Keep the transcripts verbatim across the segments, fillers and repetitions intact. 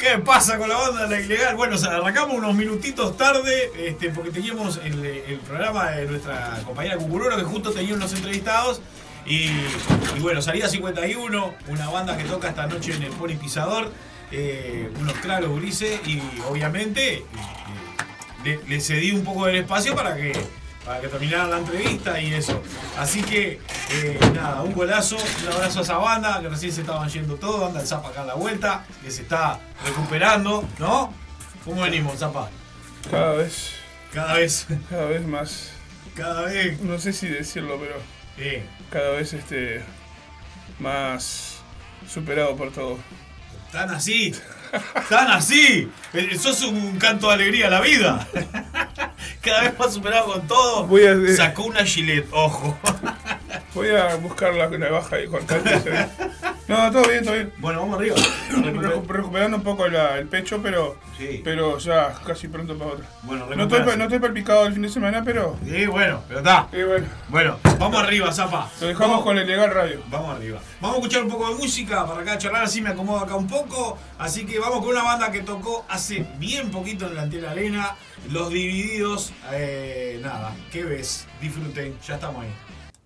¿Qué pasa con la banda de La Ilegal? Bueno, o sea, arrancamos unos minutitos tarde, este, porque teníamos el, el programa de nuestra compañera Cucururo, que justo tenía unos entrevistados. Y, y bueno, Salida cincuenta y uno, una banda que toca esta noche en el Pony Pisador, eh, unos claros gurises, y obviamente eh, le, le cedí un poco del espacio para que, para que terminaran la entrevista y eso. Así que, eh, nada, un golazo, un abrazo a esa banda, que recién se estaban yendo todos, anda el Zapa acá en la vuelta, que se está recuperando, ¿no? ¿Cómo venimos, Zapa? Cada vez. Cada vez. Cada vez más. Cada vez. No sé si decirlo, pero. Sí. Cada vez este. Más superado por todo. Tan así. Tan así. Sos un canto de alegría a la vida. Cada vez más superado con todo. Voy a, eh, Sacó una Gillette, ojo. Voy a buscar la navaja y cortarle. No, todo bien, todo bien. Bueno, vamos arriba. Recu- recuperando un poco la, el pecho, pero Sí. pero ya casi pronto para otra. Bueno, No estoy, no estoy palpicado el fin de semana, pero. Sí, bueno, pero está. Eh, bueno, Bueno, vamos arriba, Zapa. lo dejamos Vamos- con el Legal Radio. Vamos arriba. Vamos a escuchar un poco de música para acá charlar, así me acomodo acá un poco. Así que vamos con una banda que tocó hace bien poquito en la Antena Arena, Los Divididos. Eh, nada, ¿qué ves? Disfruten, ya estamos ahí.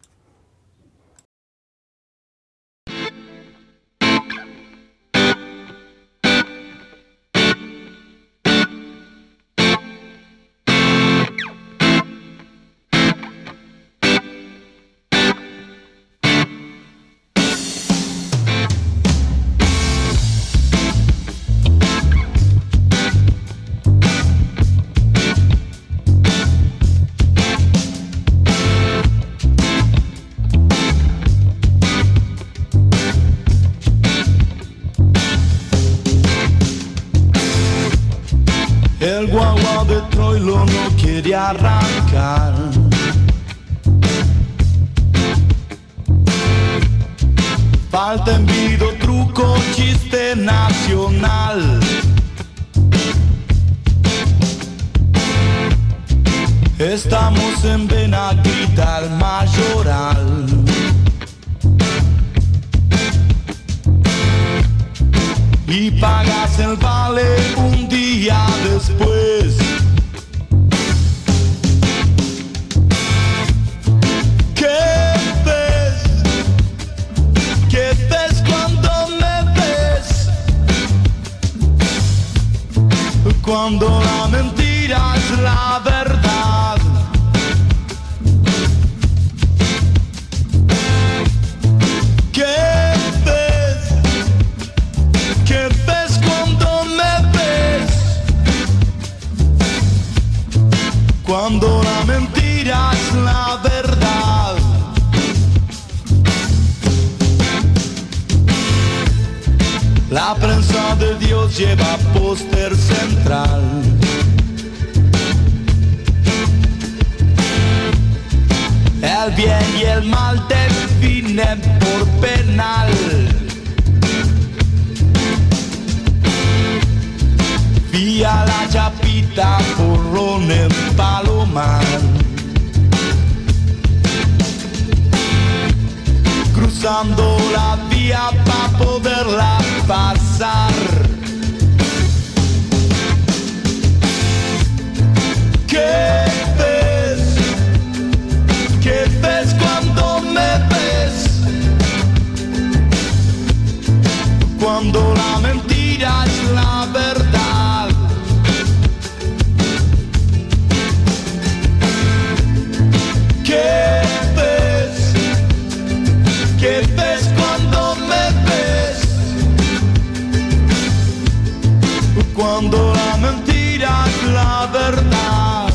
El guagua de Troilo no quiere arrancar. Falta envido, truco, chiste nacional. Estamos en Benaguita, el Mayoral. Y pagas el vale un día después. ¿Qué ves? ¿Qué ves cuando me ves? Cuando la mentira es la verdad. ¿Qué ves? ¿Qué ves cuando me ves? Cuando la mentira es la verdad. La prensa de Dios lleva póster central. El bien y el mal definen por penal. Vía la chapita, porrón en Palomar. Cruzando la vía para poderla pasar. ¿Qué ves? ¿Qué ves cuando me ves? Cuando la mentira es la verdad. ¿Qué ves? ¿Qué ves cuando me ves? Cuando la mentira es la verdad.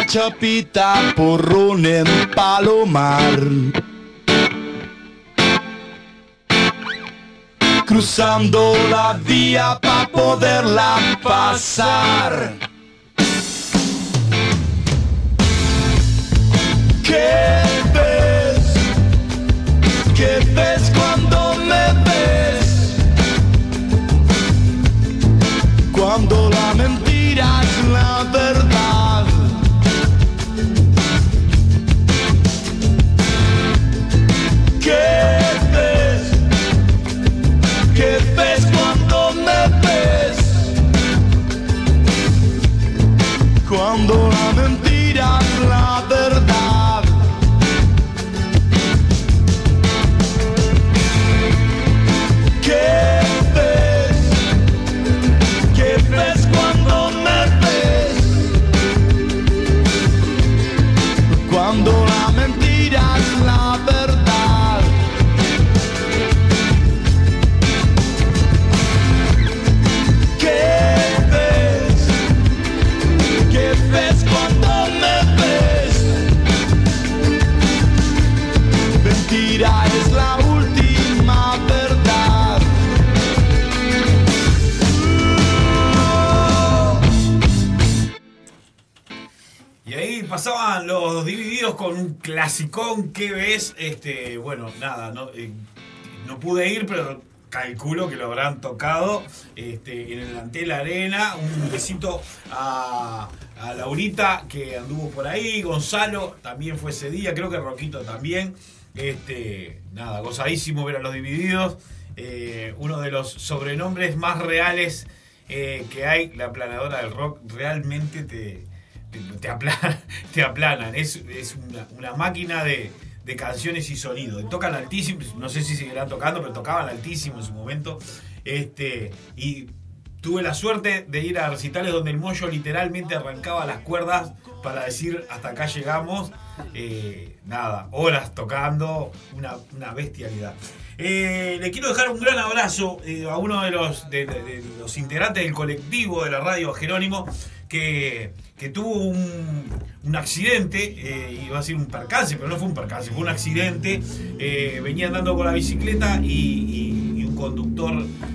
chapita, porrón en Palomar. Cruzando la vía pa' poderla pasar. ¿Qué ves? ¿Qué ves cuando me ves? Cuando la mentira es la verdad. ¿Qué ves? ¿Qué ves cuando me ves? Cuando la mentira es la verdad. ¿Qué ves? ¿Qué ves cuando me ves? Cuando la mentira es la verdad. ¿Qué ves? ¿Qué ves cuando me ves? Mentira es la última verdad. Y ahí pasaban los divididos con un clasicón. ¿Qué ves? Este, bueno, nada, no, eh, no pude ir, pero calculo que lo habrán tocado este, en el Antel Arena. Un besito a, a Laurita, que anduvo por ahí. Gonzalo también fue ese día. Creo que Roquito también. Este, nada, gozadísimo ver a los divididos. Eh, uno de los sobrenombres más reales eh, que hay, la aplanadora del rock. Realmente te, te, te, aplana, te aplanan. Es, es una, una máquina de, de canciones y sonido. Tocan altísimo, no sé si seguirán tocando, pero tocaban altísimo en su momento. Este, y tuve la suerte de ir a recitales donde el Moyo literalmente arrancaba las cuerdas para decir hasta acá llegamos. Eh, nada, horas tocando, una, una bestialidad. Eh, le quiero dejar un gran abrazo eh, a uno de los, de, de, de los integrantes del colectivo de la radio, Jerónimo, que, que tuvo un, un accidente, eh, iba a decir un percance, pero no fue un percance, fue un accidente. Eh, venía andando con la bicicleta y, y, y un conductor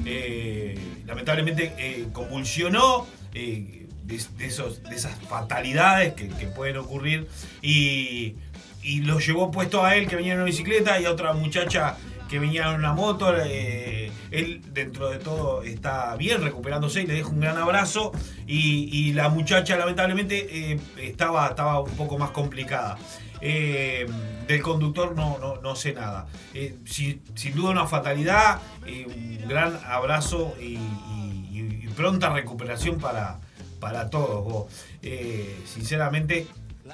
eh, lamentablemente eh, convulsionó. Eh, De, de, esos, de esas fatalidades que, que pueden ocurrir y, y lo llevó puesto a él, que venía en una bicicleta, y a otra muchacha que venía en una moto. Eh, él dentro de todo está bien, recuperándose, y le dejo un gran abrazo. Y, y la muchacha lamentablemente eh, estaba, estaba un poco más complicada. Eh, del conductor no, no, no sé nada. Eh, si, sin duda una fatalidad. Eh, un gran abrazo y, y, y pronta recuperación para para todos vos. Eh, sinceramente,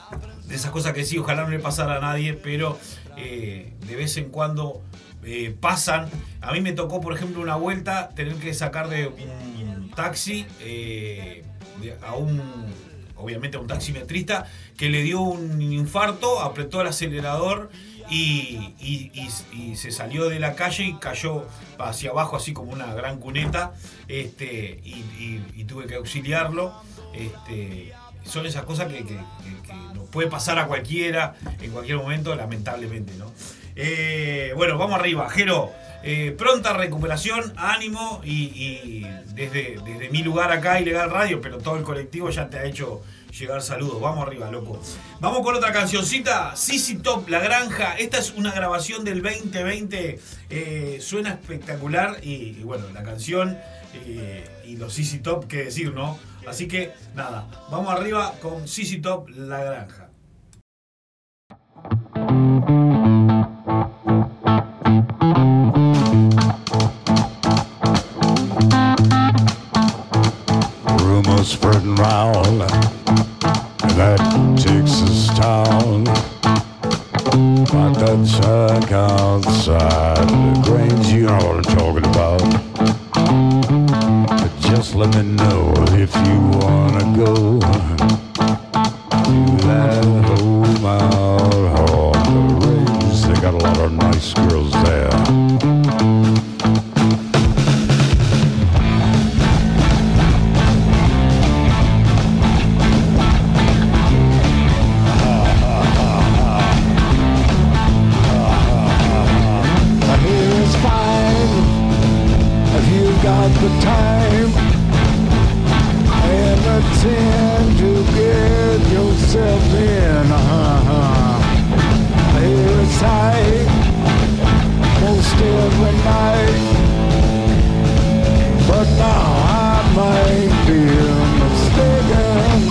de esas cosas que sí, ojalá no le pasara a nadie, pero eh, de vez en cuando eh, pasan. A mí me tocó, por ejemplo, una vuelta tener que sacar de un taxi eh, a un, obviamente a un taximetrista que le dio un infarto, apretó el acelerador y, y, y, y se salió de la calle y cayó hacia abajo así como una gran cuneta, este, y, y, y tuve que auxiliarlo. Este, son esas cosas que, que, que, que nos puede pasar a cualquiera en cualquier momento, lamentablemente, ¿no? Eh, bueno, vamos arriba, Jero. Eh, pronta recuperación, ánimo, y, y desde, desde mi lugar acá, Ilegal Radio, pero todo el colectivo ya te ha hecho llegar saludos. Vamos arriba, loco. Vamos con otra cancioncita, Z Z Top, La Granja. Esta es una grabación del veinte veinte, eh, suena espectacular, y, y bueno, la canción eh, y los Z Z Top, qué decir, ¿no? Así que nada, vamos arriba con Z Z Top, La Granja. Rumors spreading round in that Texas town. Like that shack outside the Grange, you know what I'm talking about. But just let me know if you wanna go to that home out on the range. They got a lot of nice girls there. the time and the time to get yourself in. Uh-huh. It's tight most every night, but now I might be mistaken.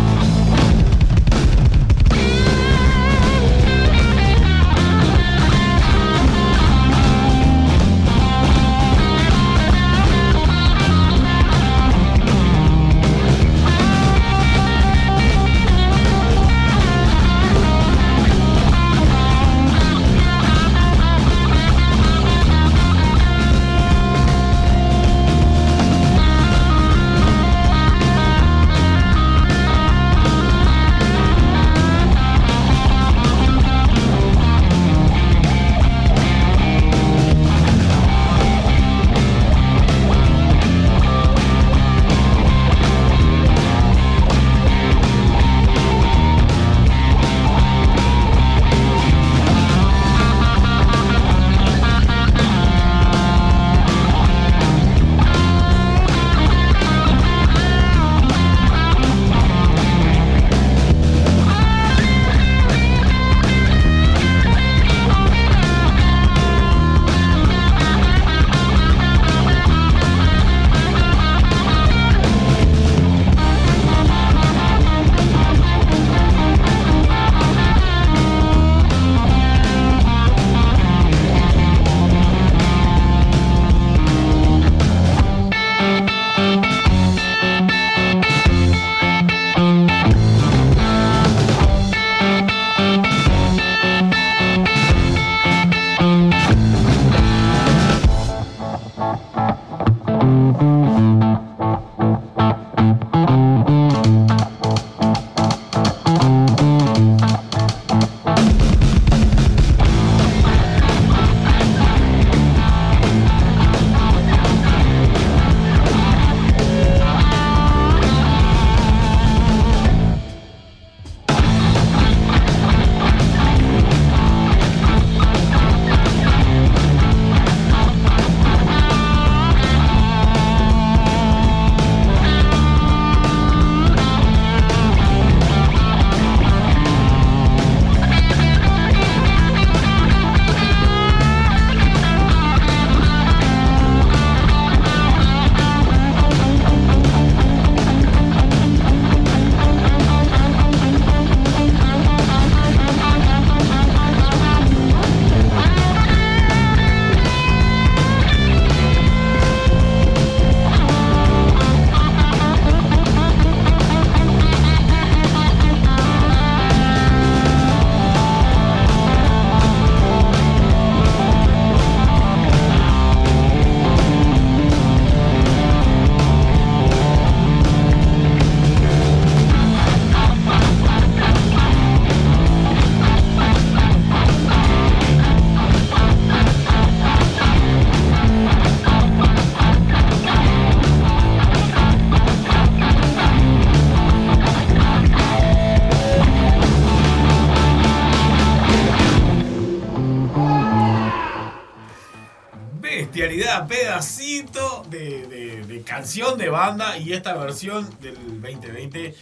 Pedacito de, de, de canción de banda y esta versión del veinte veinte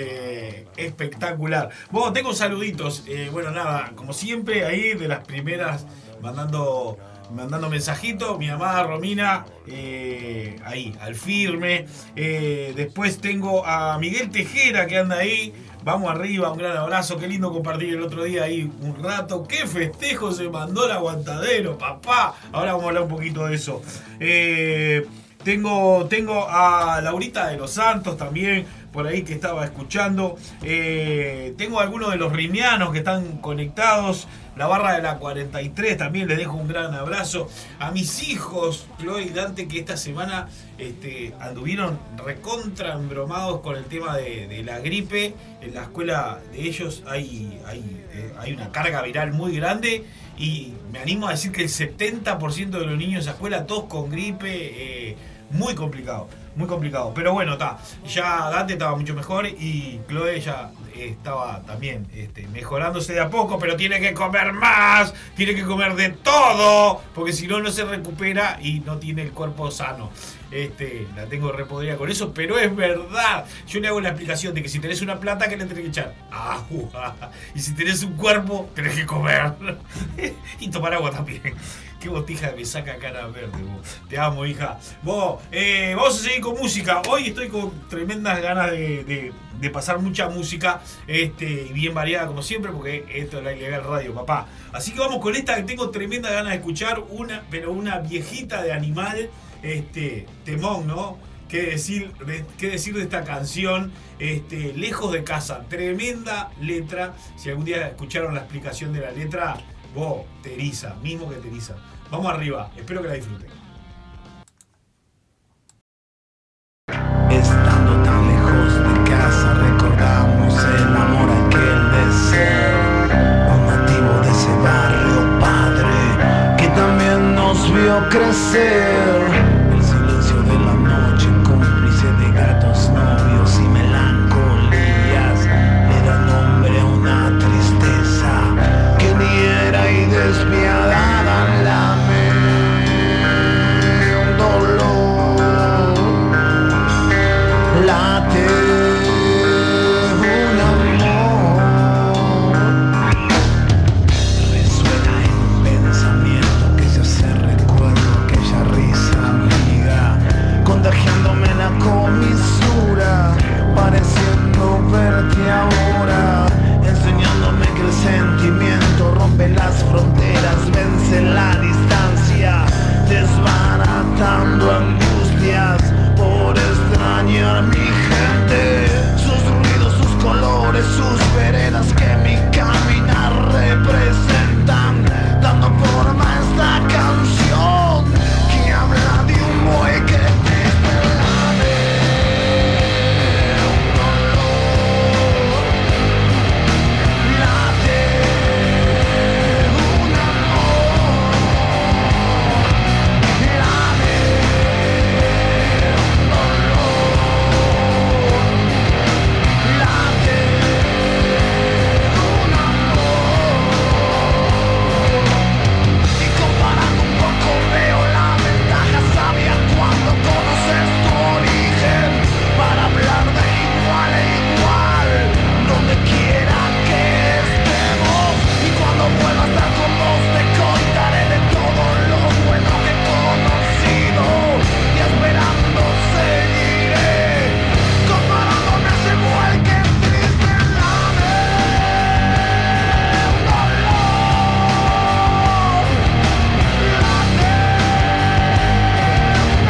eh, espectacular. Bueno, tengo saluditos. Eh, bueno, nada, como siempre, ahí de las primeras mandando, mandando mensajitos. Mi amada Romina, eh, ahí, al firme. Eh, después tengo a Miguel Tejera que anda ahí. Vamos arriba, un gran abrazo, qué lindo compartir el otro día ahí un rato. Qué festejo se mandó el Aguantadero, papá. Ahora vamos a hablar un poquito de eso. Eh, tengo, tengo a Laurita de los Santos también, por ahí que estaba escuchando. Eh, tengo algunos de los rimianos que están conectados. La barra de la cuarenta y tres también les dejo un gran abrazo. A mis hijos, Chloe y Dante, que esta semana este, anduvieron recontra embromados con el tema de, de la gripe. En la escuela de ellos hay, hay, eh, hay una carga viral muy grande. Y me animo a decir que el setenta por ciento de los niños en esa escuela, todos con gripe, eh, muy complicado. muy complicado. Pero bueno, está. Ya Dante estaba mucho mejor y Chloe ya estaba también este, mejorándose de a poco, pero tiene que comer más, tiene que comer de todo, porque si no, no se recupera y no tiene el cuerpo sano. Este, la tengo repodrida con eso, pero es verdad. Yo le hago la explicación de que si tenés una planta, ¿qué le tenés que echar? Agua. Y si tenés un cuerpo, tenés que comer. Y tomar agua también. Qué botija me saca cara verde, vos. Te amo, hija. Vos, eh, vamos a seguir con música. Hoy estoy con tremendas ganas de, de, de pasar mucha música. Este, y bien variada como siempre, porque esto es la Ilegal Radio, papá. Así que vamos con esta que tengo tremenda ganas de escuchar. Una, pero una viejita de Animal. Este, temón, ¿no? ¿Qué decir, de, qué decir de esta canción? Este, Lejos de casa. Tremenda letra. Si algún día escucharon la explicación de la letra, vos, te eriza, mismo que te eriza. Vamos arriba, espero que la disfruten. Estando tan lejos de casa, recordamos el amor aquel de ser un nativo de ese barrio padre que también nos vio crecer. El silencio de la noche, cómplice de gatos, novios y melancolías, le da nombre a una tristeza que ni era y despiadada lame un dolor, late un amor, resuena en un pensamiento que se hace recuerdo aquella risa amiga, contagiándome la comisura, pareciendo verte ahora, enseñándome que el sentimiento rompe las fronteras, vence la distancia, desbaratando angustias por extrañar mi gente, sus ruidos, sus colores, sus veredas que mi caminar representan, dando forma a esta canción que habla de un buey que triste lame un dolor, late un amor, lame un dolor, late un amor. Y comparando un poco veo la ventaja sabia cuando conoces tu origen, para hablar de igual a igual, donde quiera que estemos. Y cuando vuelva a estar con vos te contaré de todo lo bueno que he conocido, y esperando seguiré, comparándome a ese buey que triste lame un dolor, late un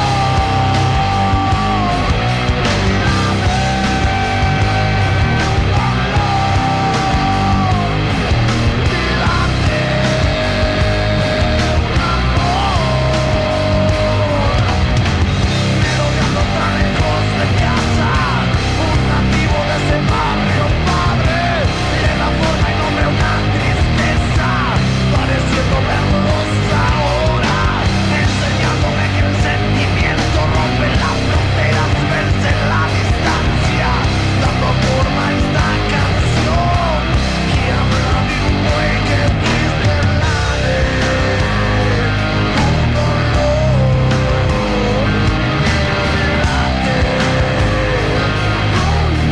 merodeando tan lejos de casa, un nativo de ese barrio padre, le da forma y nombre a una tristeza, pareciendo verlos ahora, enseñándome que el sentimiento rompe las fronteras, vence la distancia, dando forma a esta canción que habla de un buey que triste lame un dolor, late un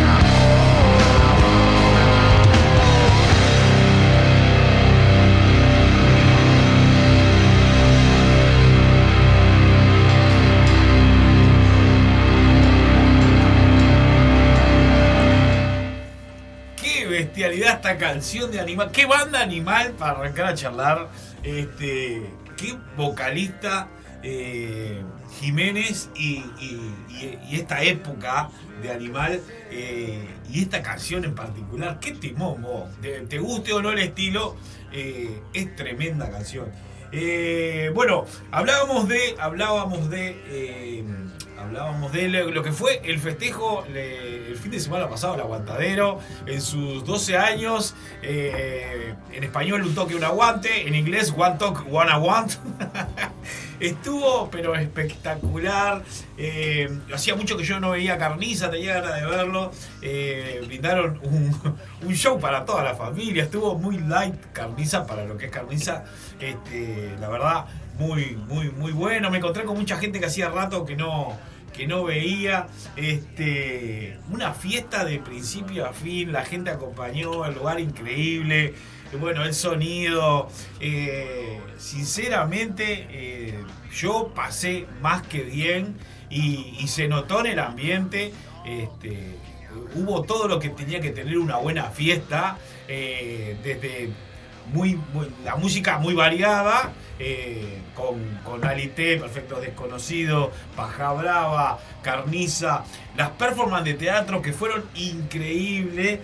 Qué bestialidad esta canción de Animal. Qué banda Animal para arrancar a charlar. Este, qué vocalista eh, Jiménez y, y, y, y esta época de Animal eh, y esta canción en particular. Qué timón, vos. Te, te guste o no el estilo, eh, es tremenda canción. Eh, bueno, hablábamos de, hablábamos de, eh, hablábamos de lo, lo que fue el festejo le, el fin de semana pasado, el Aguantadero, en sus doce años. Eh, en español, un toque, un aguante. En inglés, one talk, one aguant. Estuvo, pero espectacular. Eh, hacía mucho que yo no veía Carniza, tenía ganas de verlo. Eh, brindaron un, un show para toda la familia. Estuvo muy light Carniza para lo que es Carniza. Este, la verdad, muy, muy, muy bueno. Me encontré con mucha gente que hacía rato que no, que no veía. Este, una fiesta de principio a fin. La gente acompañó, el lugar increíble. Bueno, el sonido, eh, sinceramente, eh, yo pasé más que bien y, y se notó en el ambiente. Este, hubo todo lo que tenía que tener una buena fiesta, eh, desde muy, muy, la música muy variada, eh, con, con Alité, Perfectos Desconocidos, Paja Brava, Carniza, las performances de teatro que fueron increíbles,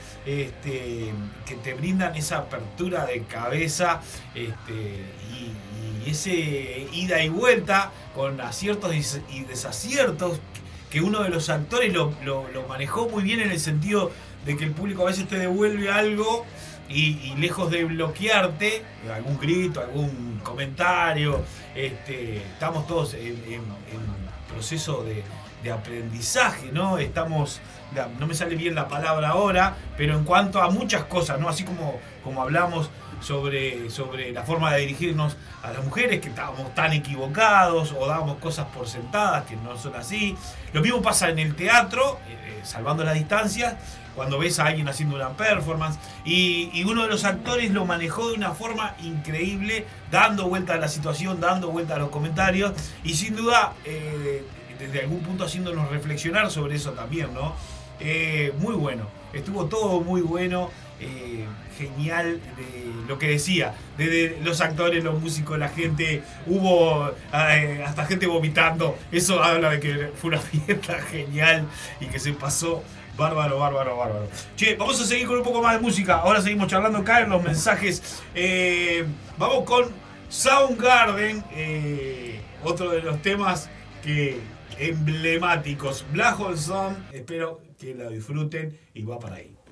este, que te brindan esa apertura de cabeza, este, y, y ese ida y vuelta con aciertos y desaciertos, que uno de los actores lo, lo, lo manejó muy bien en el sentido de que el público a veces te devuelve algo y, y lejos de bloquearte, algún grito, algún comentario, este, estamos todos en, en, en proceso de, de aprendizaje, ¿no? Estamos, no me sale bien la palabra ahora, pero en cuanto a muchas cosas, ¿no? Así como, como hablamos sobre, sobre la forma de dirigirnos a las mujeres, que estábamos tan equivocados o dábamos cosas por sentadas que no son así. Lo mismo pasa en el teatro, eh, salvando las distancias, cuando ves a alguien haciendo una performance y, y uno de los actores lo manejó de una forma increíble, dando vuelta a la situación, dando vuelta a los comentarios y sin duda eh, desde algún punto haciéndonos reflexionar sobre eso también, ¿no? Eh, muy bueno, estuvo todo muy bueno, eh, genial, de lo que decía, desde los actores, los músicos, la gente, hubo eh, hasta gente vomitando, eso habla de que fue una fiesta genial y que se pasó bárbaro, bárbaro, bárbaro. Che, vamos a seguir con un poco más de música, ahora seguimos charlando acá en los mensajes, eh, vamos con Soundgarden, eh, otro de los temas que emblemáticos, Black Hole Sun, espero que la disfruten y va para ahí.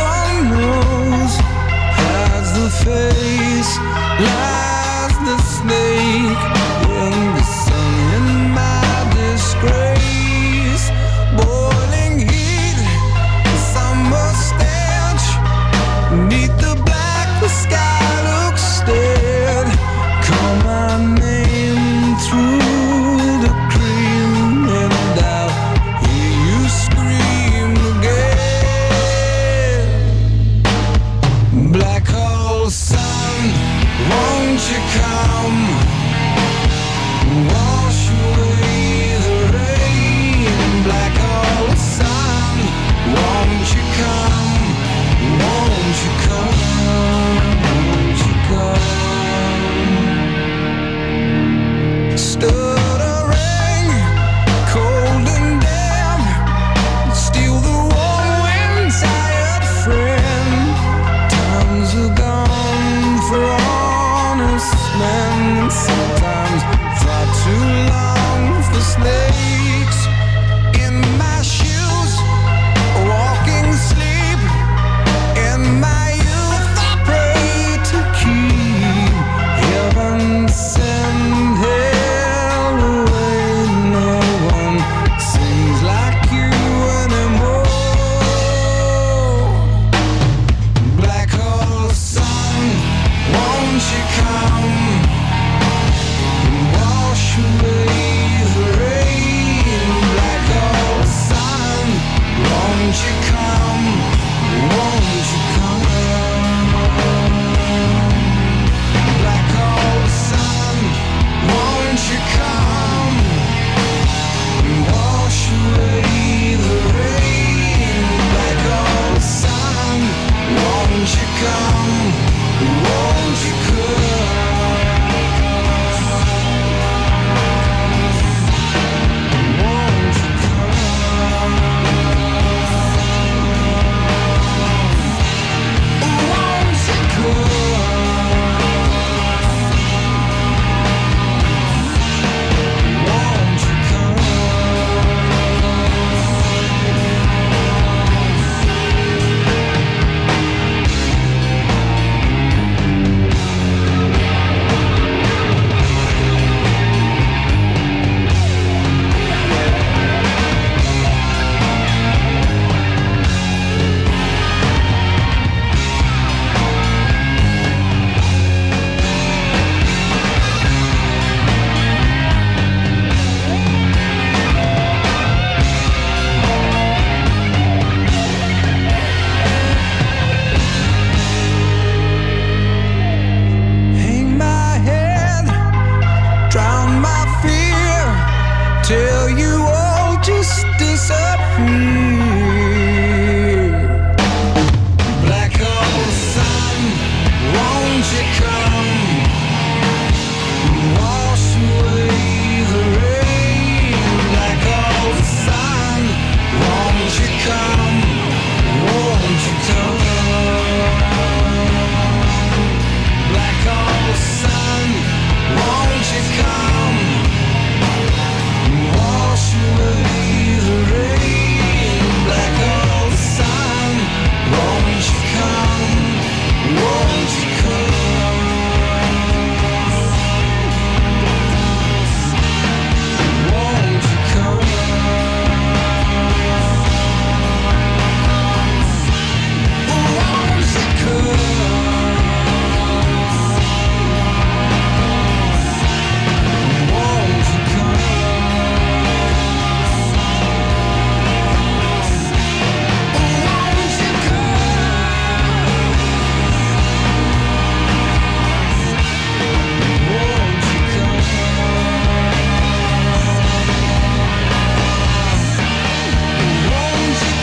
Face lies the snake. Black hole sun, won't you come? Wash away the rain. Black hole sun, won't you come? Won't you come? Black hole sun, won't you come? Wash away the rain. Black hole sun, won't you come? Won't you come? Won't you come? Won't you come? Won't you come? Won't you come? Won't you come? Won't you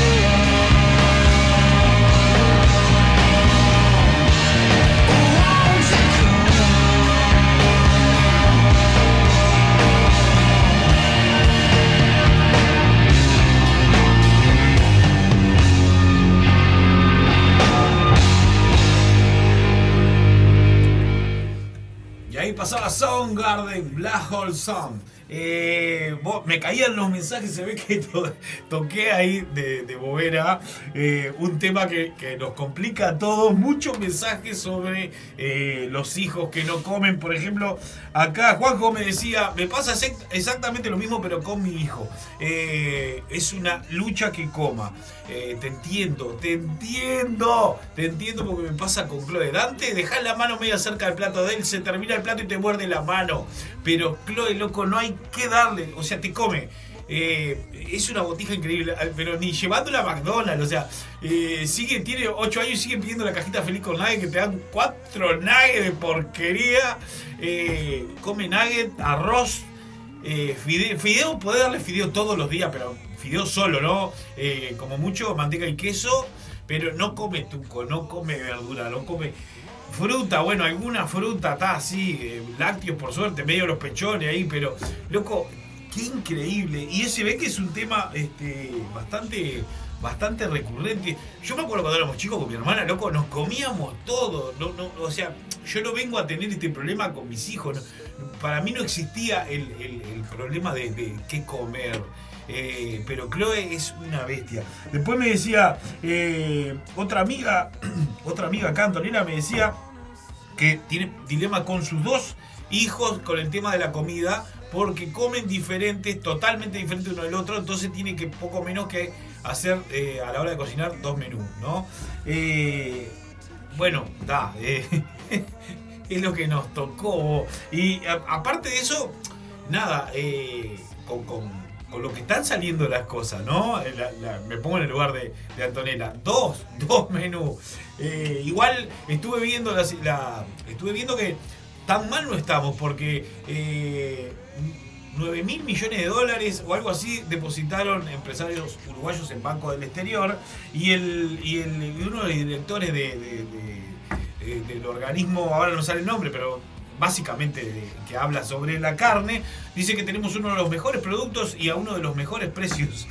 Y ahí pasaba Soundgarden, Black Hole Sun. Eh, vos- me caían los mensajes, se ve que to- toqué ahí de, de bobera eh, un tema que, que nos complica a todos. Muchos mensajes sobre eh, los hijos que no comen. Por ejemplo, acá Juanjo me decía, me pasa exact- exactamente lo mismo pero con mi hijo. Eh, es una lucha que coma. Eh, te entiendo, te entiendo, te entiendo porque me pasa con Chloe. Dante, dejá la mano media cerca del plato de él, se termina el plato y te muerde la mano. Pero Chloe, loco, no hay que darle, o sea, te come. Eh, es una botija increíble, pero ni llevándola a McDonald's, o sea, eh, sigue, tiene ocho años y sigue pidiendo la cajita feliz con nuggets, que te dan cuatro nuggets de porquería. Eh, come nugget, arroz, eh, fideo, fideo, podés darle fideo todos los días, pero fideo solo, ¿no? Eh, como mucho, manteca y queso, pero no come tuco, no come verdura, no come fruta, bueno, alguna fruta está así, eh, lácteos por suerte, medio los pechones ahí, pero, loco, qué increíble. Y ese ve que es un tema este, bastante, bastante recurrente. Yo me acuerdo cuando éramos chicos con mi hermana, loco, nos comíamos todo. No, no, o sea, yo no vengo a tener este problema con mis hijos. No, para mí no existía el, el, el problema de, de qué comer. Eh, pero Chloe es una bestia. Después me decía eh, otra amiga, otra amiga acá, Antonella, me decía que tiene dilema con sus dos hijos con el tema de la comida, porque comen diferentes, totalmente diferentes uno del otro, entonces tiene que poco menos que hacer eh, a la hora de cocinar dos menús, ¿no? Eh, bueno, da, eh, es lo que nos tocó. Y a, aparte de eso, nada, eh, con, con, con lo que están saliendo las cosas, ¿no? La, la, me pongo en el lugar de, de Antonella, dos, dos menús. Eh, igual estuve viendo la, la, estuve viendo que tan mal no estamos, porque eh, nueve mil millones de dólares o algo así depositaron empresarios uruguayos en bancos del exterior, y el y, el, y uno de los directores de, de, de, de, del organismo, ahora no sale el nombre, pero básicamente de, que habla sobre la carne, dice que tenemos uno de los mejores productos y a uno de los mejores precios.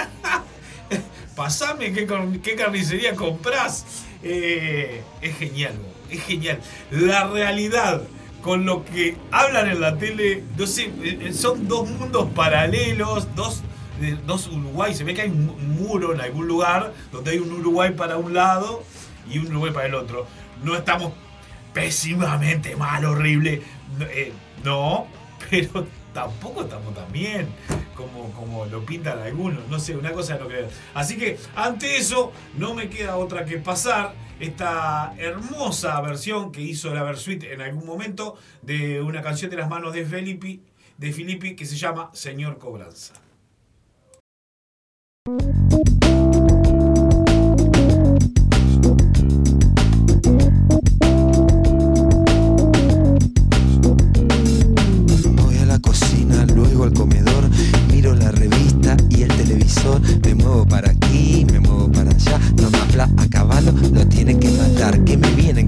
Pasame qué, qué carnicería comprás. Eh, es genial, es genial. La realidad con lo que hablan en la tele, no sé, son dos mundos paralelos, dos, dos Uruguay. Se ve que hay un muro en algún lugar donde hay un Uruguay para un lado y un Uruguay para el otro. No estamos pésimamente mal, horrible, eh, no, pero tampoco estamos tan bien como, como lo pintan algunos, no sé, una cosa de no creer. Así que ante eso no me queda otra que pasar esta hermosa versión que hizo la Versuit en algún momento de una canción de las manos de Filippi, de Filippi, que se llama Señor Cobranza. Voy a la cocina, luego al comedor, miro la revista y el televisor.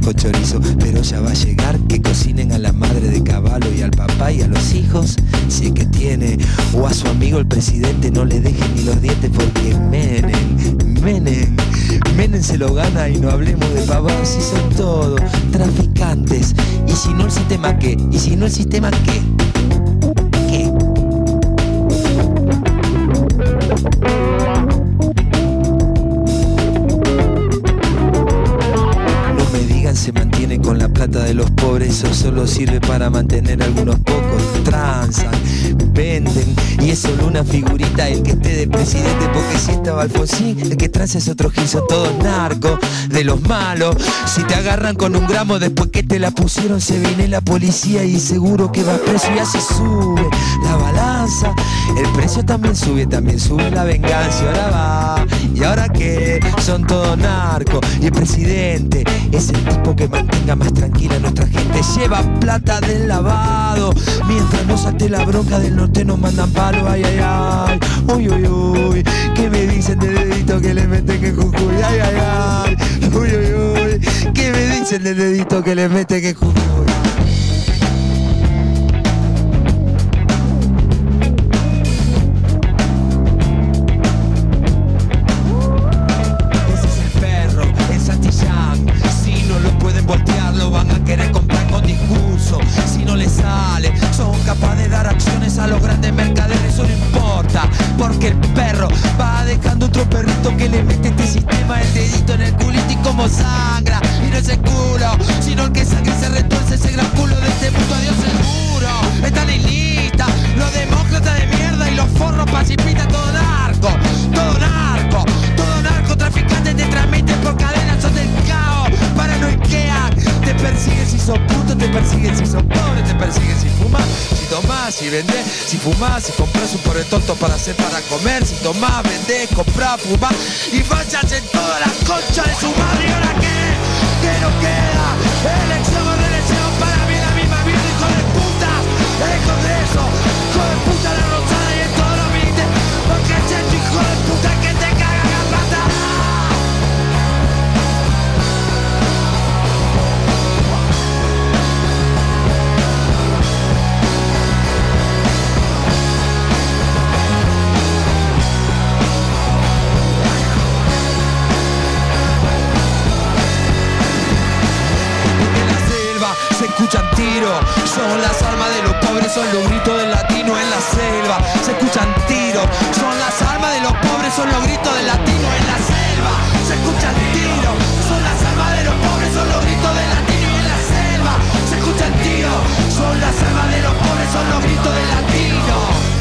con chorizo. Pero ya va a llegar que cocinen a la madre de caballo y al papá y a los hijos, si es que tiene. O a su amigo el presidente no le dejen ni los dientes porque Menem, Menem, Menem se lo gana y no hablemos de pavadas si son todos traficantes. Y si no el sistema qué, y si no el sistema qué, ¿qué? Se mantienen con la plata de los pobres, eso solo sirve para mantener a algunos pocos. Transan, venden, y es solo una figurita el que esté de presidente, porque si estaba Alfonsín, el que transa es otro gil, son todos narcos, de los malos. Si te agarran con un gramo después que te la pusieron, se viene la policía y seguro que vas preso. Y así sube la balanza, el precio también sube, también sube la venganza. Y ahora va, y ahora qué, son todos narcos, y el presidente es el tipo que mantenga más tranquila a nuestra gente. Lleva plata del lavado, mientras no salte la bronca del norte nos mandan palo. Ay, ay, ay, uy, uy, uy, ¿qué me dicen del dedito que le meten que Jujuy? Ay, ay, ay, uy, uy, uy, ¿qué me dicen del dedito que le meten que Jujuy? Porque el perro va dejando otro perrito que le mete este sistema el dedito en el culito y como sangra. Y no es el culo, sino el que sangre se retuerce ese gran culo de este mundo. Adiós seguro, están en lista los demócratas de mierda y los forros pacifistas. Todo narco, todo narco, todo narcotraficante te transmiten por cadenas, son del caos, paranoiquean. Te persiguen si sos puto, te persiguen si sos pobre, te persiguen si fumas, si tomás, si vendés, si fumás, si compras un pobre tonto para hacer para comer, si tomás, vendés, comprás, fumás y fachas en todas las conchas de su madre. ¿Y ahora qué? ¿Qué nos queda? Elección o reelección, para mí la misma mierda, hijo de puta. El Congreso, hijo de puta, la rosada y en todos los ministerios, porque es tu hijo de puta que te caga la pata. Se escuchan tiros, son las armas de los pobres, son los gritos del latino en la selva. Se escuchan tiros, son las armas de los pobres, son los gritos del latino en la selva. Se escuchan tiros, son las armas de los pobres, son los gritos del latino en la selva. Se escuchan tiros, son las armas de los pobres, son los gritos del latino.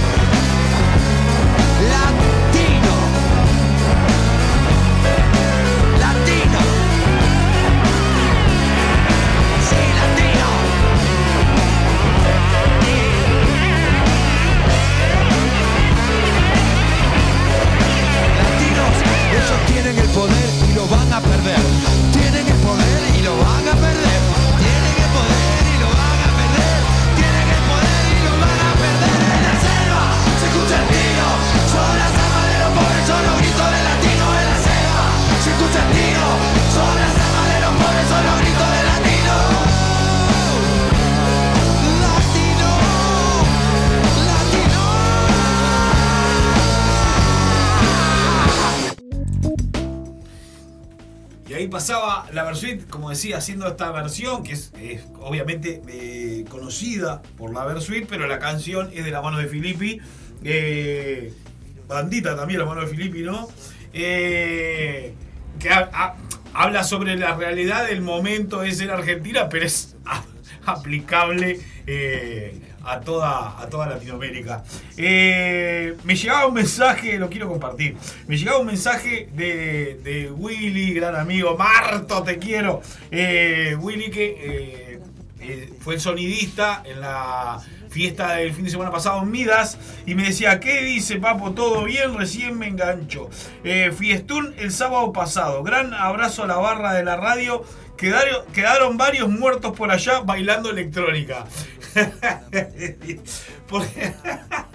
Latino. Latino. Tienen el poder y lo van a perder. Tienen el poder y lo van a perder. Tienen el poder y lo van a perder. Tienen el poder y lo van a perder. En la selva se escucha el tiro, son las armas de los pobres, son los gritos del latino. En la selva se escucha el tiro, son las armas de los pobres, son los gritos del latino. Latino, latino. Y ahí pasaba la Versuit, como decía, haciendo esta versión, que es, es obviamente eh, conocida por la Versuit, pero la canción es de la mano de Filippi. Eh, bandita también la mano de Filippi, ¿no? Eh, que ha, ha, habla sobre la realidad del momento de ser Argentina, pero es a, aplicable eh, a, toda, a toda Latinoamérica. Eh, me llegaba un mensaje, lo quiero compartir. Me llegaba un mensaje de, de Willy, gran amigo, Marto, te quiero. Eh, Willy que eh, eh, fue el sonidista en la fiesta del fin de semana pasado en Midas y me decía, ¿qué dice Papo? ¿Todo bien? Recién me engancho. Eh, fiestún el sábado pasado. Gran abrazo a la barra de la radio. Quedaron, quedaron varios muertos por allá bailando electrónica. porque,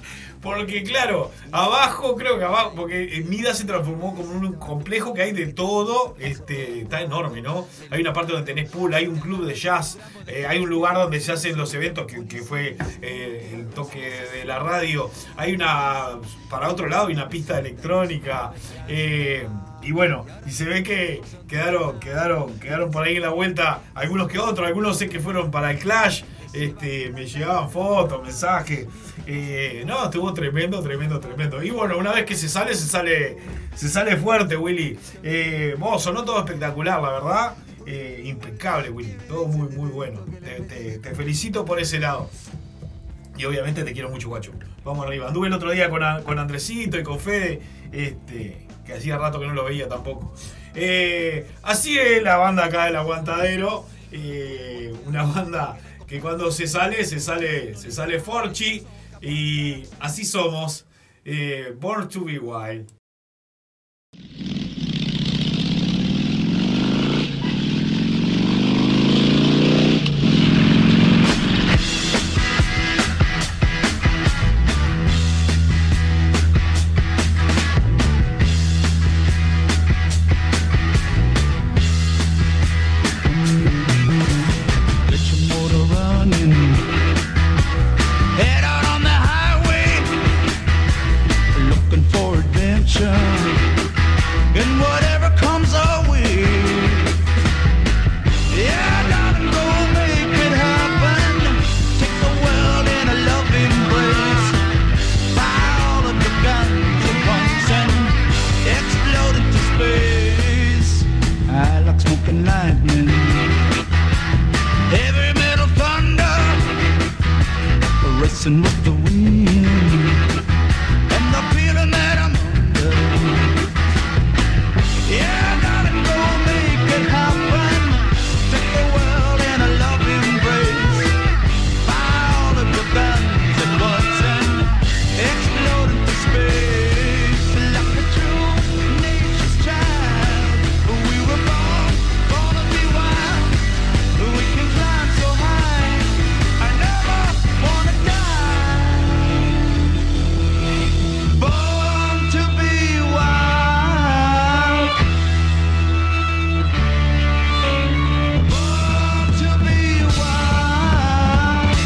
Porque claro, abajo, creo que abajo, porque Mida se transformó como un complejo que hay de todo, este, está enorme, ¿no? Hay una parte donde tenés pool, hay un club de jazz, eh, hay un lugar donde se hacen los eventos, que, que fue eh, el toque de la radio, hay una, para otro lado, hay una pista de electrónica, eh, y bueno, y se ve que quedaron, quedaron, quedaron por ahí en la vuelta algunos que otros, algunos sé que fueron para el Clash, este, me llegaban fotos, mensajes. Eh, no, estuvo tremendo, tremendo, tremendo. Y bueno, una vez que se sale, se sale, se sale fuerte, Willy. Eh, vos, sonó todo espectacular, la verdad. Eh, impecable, Willy. Todo muy, muy bueno. Te, te, te felicito por ese lado. Y obviamente te quiero mucho, guacho. Vamos arriba. Anduve el otro día con, con Andresito y con Fede, este, que hacía rato que no lo veía tampoco. Eh, así es la banda acá del Aguantadero. Eh, una banda que cuando se sale, se sale, se sale Forchi. Y así somos, eh, Born to be Wild. With the wind and the feeling that I'm under. Yeah, darling, go make it happen. Take the world in a loving embrace. Fire all of your guns at once and explode into space. Like a true nature's child, we were born, born to be wild. We can climb so high, I never wanna die. Born to be wild. Born to be wild.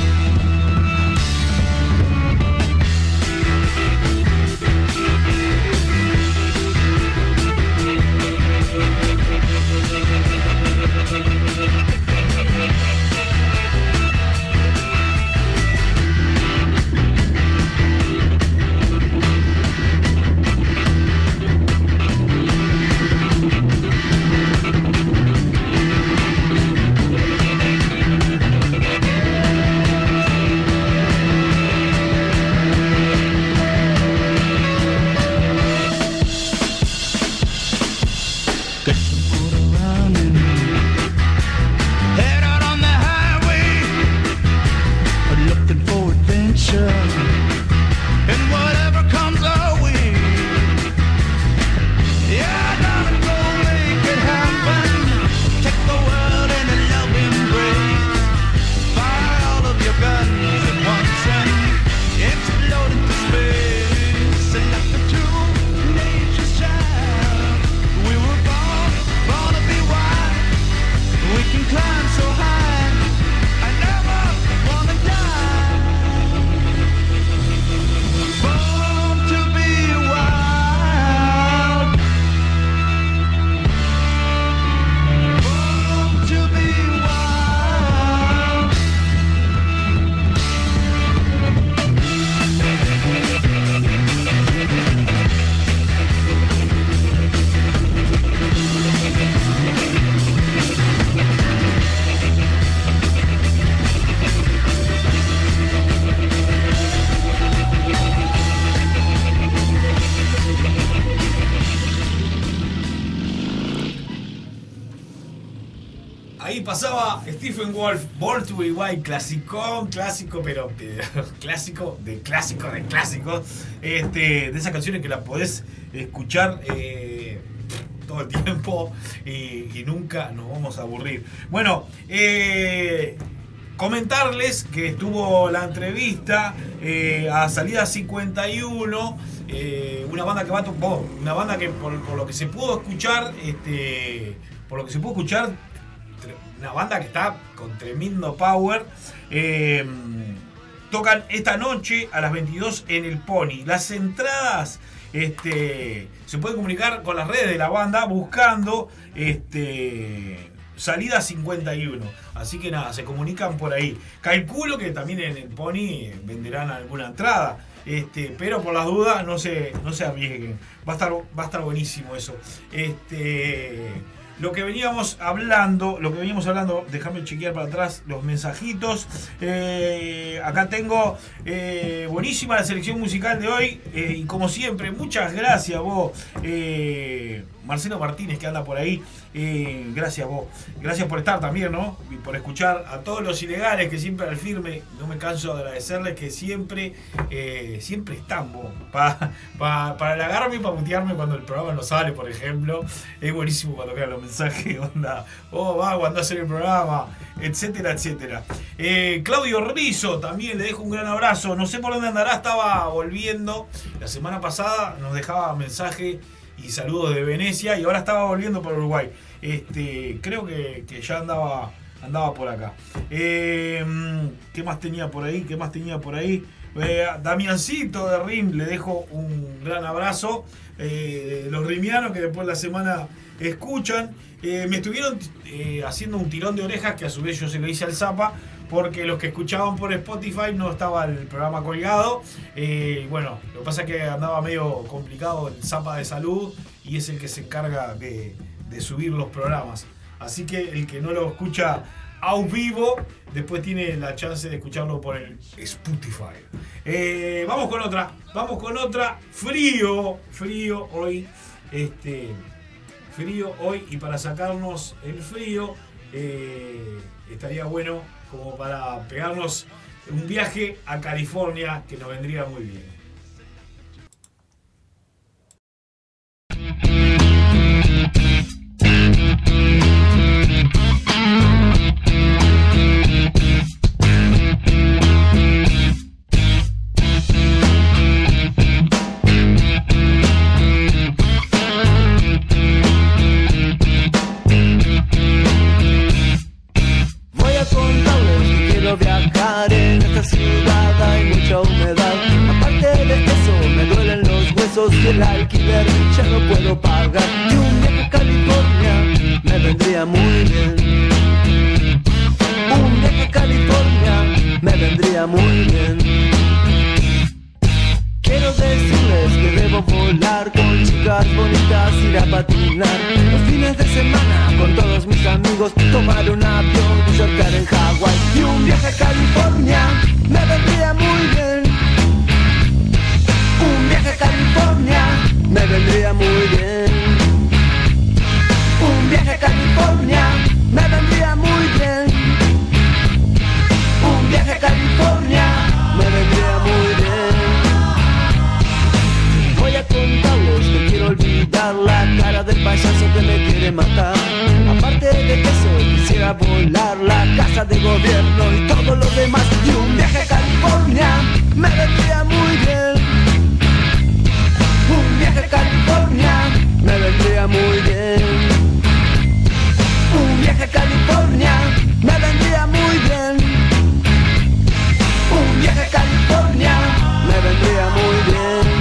Get your motor running. Head out on the highway, looking for adventure. And whatever comes our way. Yeah, darling, go make it happen. Take the world in a loving embrace. Fire all of your guns at once and explode into space. Like a true nature's child, we were born, born to be wild. We can climb so high, I never wanna die. Born to be wild. Born to be wild. Ahí pasaba Stephen Wolf, Born to be Wild, clasicón, clásico, pero, pero clásico de clásico de clásicos. Este, de esas canciones que las podés escuchar eh, todo el tiempo y, y nunca nos vamos a aburrir. Bueno, eh, comentarles que estuvo la entrevista eh, a Salida cincuenta y uno, eh, una banda que va a tocar, una banda que por, por lo que se pudo escuchar, este, por lo que se pudo escuchar, una banda que está con tremendo power. Eh, tocan esta noche a las veintidós en el Pony. Las entradas este, se pueden comunicar con las redes de la banda buscando este, Salida cincuenta y uno. Así que nada, se comunican por ahí. Calculo que también en el Pony venderán alguna entrada. Este, pero por las dudas no se, no se arriesguen. Va a estar, va a estar buenísimo eso. Este, lo que veníamos hablando, lo que veníamos hablando, déjame chequear para atrás los mensajitos. Eh, acá tengo eh, buenísima la selección musical de hoy. Eh, y como siempre, muchas gracias vos, eh, Marcelo Martínez, que anda por ahí. Eh, gracias vos, gracias por estar también, ¿no? Y por escuchar a todos los ilegales que siempre al firme, no me canso de agradecerles que siempre, eh, siempre están vos, para pa, pa halagarme y para mutearme cuando el programa no sale, por ejemplo. Es buenísimo cuando quedan los mensajes, onda, oh, va, cuando hacen el programa, etcétera, etcétera. Eh, Claudio Rizzo, también le dejo un gran abrazo, no sé por dónde andará, estaba volviendo, la semana pasada nos dejaba mensaje y saludos de Venecia y ahora estaba volviendo por Uruguay. Este, creo que, que ya andaba, andaba por acá. Eh, ¿Qué más tenía por ahí? ¿Qué más tenía por ahí? Eh, Damiancito de R I M, le dejo un gran abrazo. Eh, los rimianos que después de la semana escuchan. Eh, me estuvieron eh, haciendo un tirón de orejas que a su vez yo se lo hice al Zapa, porque los que escuchaban por Spotify no estaba el programa colgado. Eh, bueno, lo que pasa es que andaba medio complicado el Zapa de salud y es el que se encarga de, de subir los programas. Así que el que no lo escucha a vivo, después tiene la chance de escucharlo por el Spotify. Eh, vamos con otra, vamos con otra. Frío, frío hoy. Este, frío hoy y para sacarnos el frío eh, estaría bueno como para pegarnos un viaje a California que nos vendría muy bien. Viajar en esta ciudad hay mucha humedad. Aparte de eso me duelen los huesos y el alquiler ya no puedo pagar. Y un viaje a California me vendría muy bien. Un viaje a California me vendría muy bien. Quiero decirles que debo volar con chicas bonitas, ir a patinar los fines de semana con todos mis amigos, tomar un avión y surfear en Hawái. Y un viaje a California me vendría muy bien. Un viaje a California me vendría muy bien. Un viaje a California me vendría muy bien. Un viaje a California me vendría muy bien. Voy a contarles que quiero olvidar la cara del payaso que me quiere matar. Aparte de eso quisiera volar la casa de gobierno y todo lo demás. Y un viaje a California me vendría muy bien. Un viaje a California me vendría muy bien. Un viaje a California me vendría muy bien. Un viaje a California me vendría muy bien.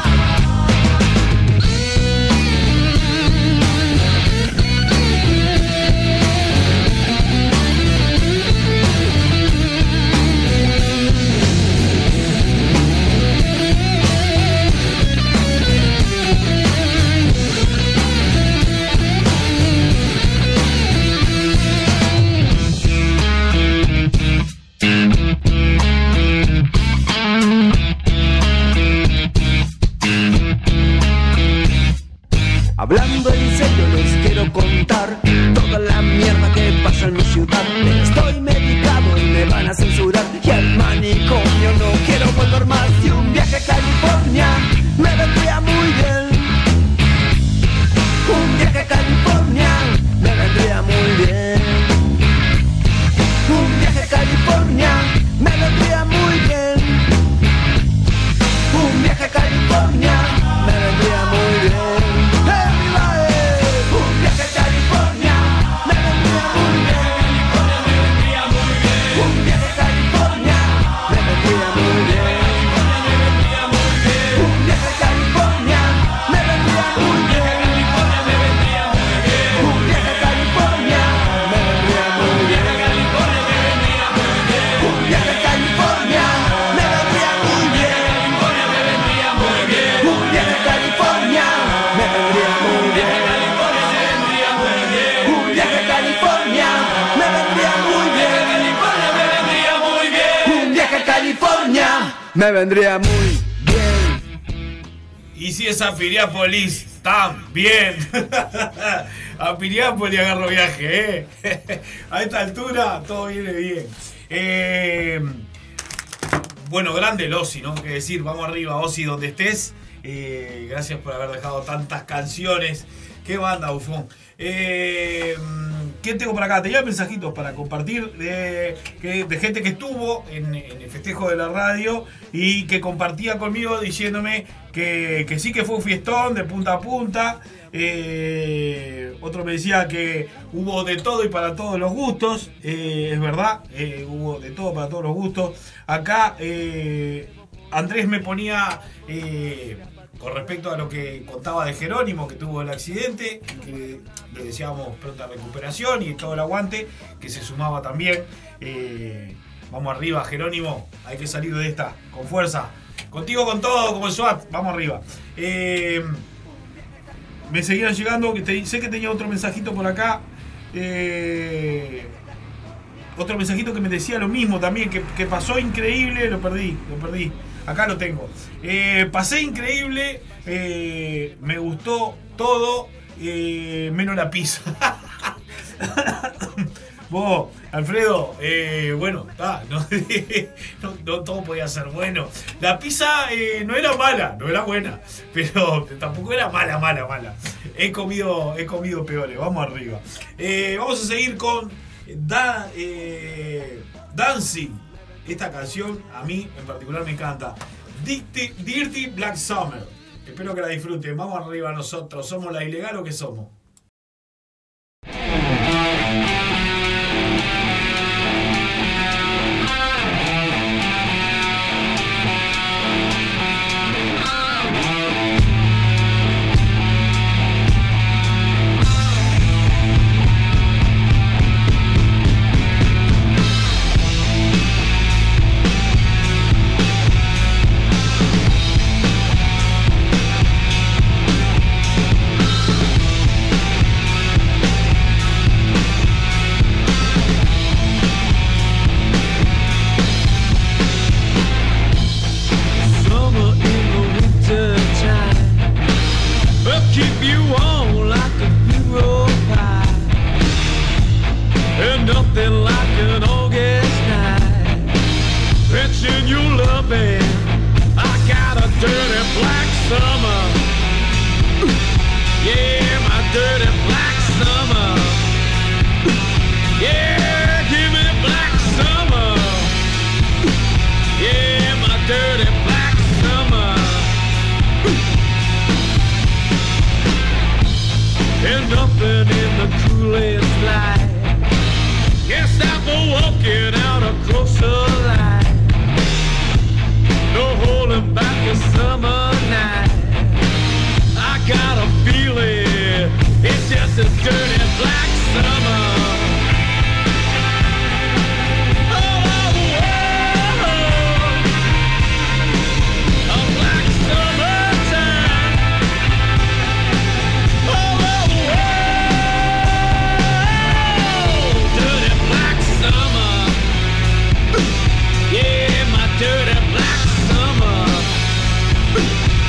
Hablando en serio les quiero contar toda la mierda que pasa en mi ciudad. Estoy medicado y me van a censurar y al manicomio no quiero volver más. Y un viaje a California me vendría muy bien. Un viaje a California me vendría muy bien. Un viaje a California me vendría muy bien. Y si es a Piriápolis, también. A Piriápolis agarro viaje, ¿eh? A esta altura todo viene bien. Eh, bueno, grande el Ozzy, ¿no? Que decir, vamos arriba, Ozzy, donde estés. Eh, gracias por haber dejado tantas canciones. Qué banda, Bufón. Eh, ¿Qué tengo por acá? Tenía mensajitos para compartir de, de gente que estuvo en, en el festejo de la radio y que compartía conmigo diciéndome que, que sí que fue un fiestón de punta a punta. Eh, otro me decía que hubo de todo y para todos los gustos. Eh, es verdad, eh, hubo de todo para todos los gustos. Acá eh, Andrés me ponía... Eh, con respecto a lo que contaba de Jerónimo, que tuvo el accidente, que le deseábamos pronta recuperación y todo el aguante, que se sumaba también. Eh, vamos arriba, Jerónimo, hay que salir de esta, con fuerza. Contigo con todo, como el SWAT, vamos arriba. Eh, me seguían llegando, que te, sé que tenía otro mensajito por acá. Eh, otro mensajito que me decía lo mismo también, que, que pasó increíble, lo perdí, lo perdí. Acá lo tengo. Eh, pasé increíble, eh, me gustó todo, eh, menos la pizza. Vos, Alfredo, eh, bueno, ah, no, no, no todo podía ser bueno. La pizza eh, no era mala, no era buena, pero tampoco era mala, mala, mala. He comido, he comido peores, vamos arriba. Eh, vamos a seguir con da, eh, Dancing. Esta canción a mí en particular me encanta. Dirty, Dirty Black Summer. Espero que la disfruten. Vamos arriba nosotros. ¿Somos la ilegal o qué somos?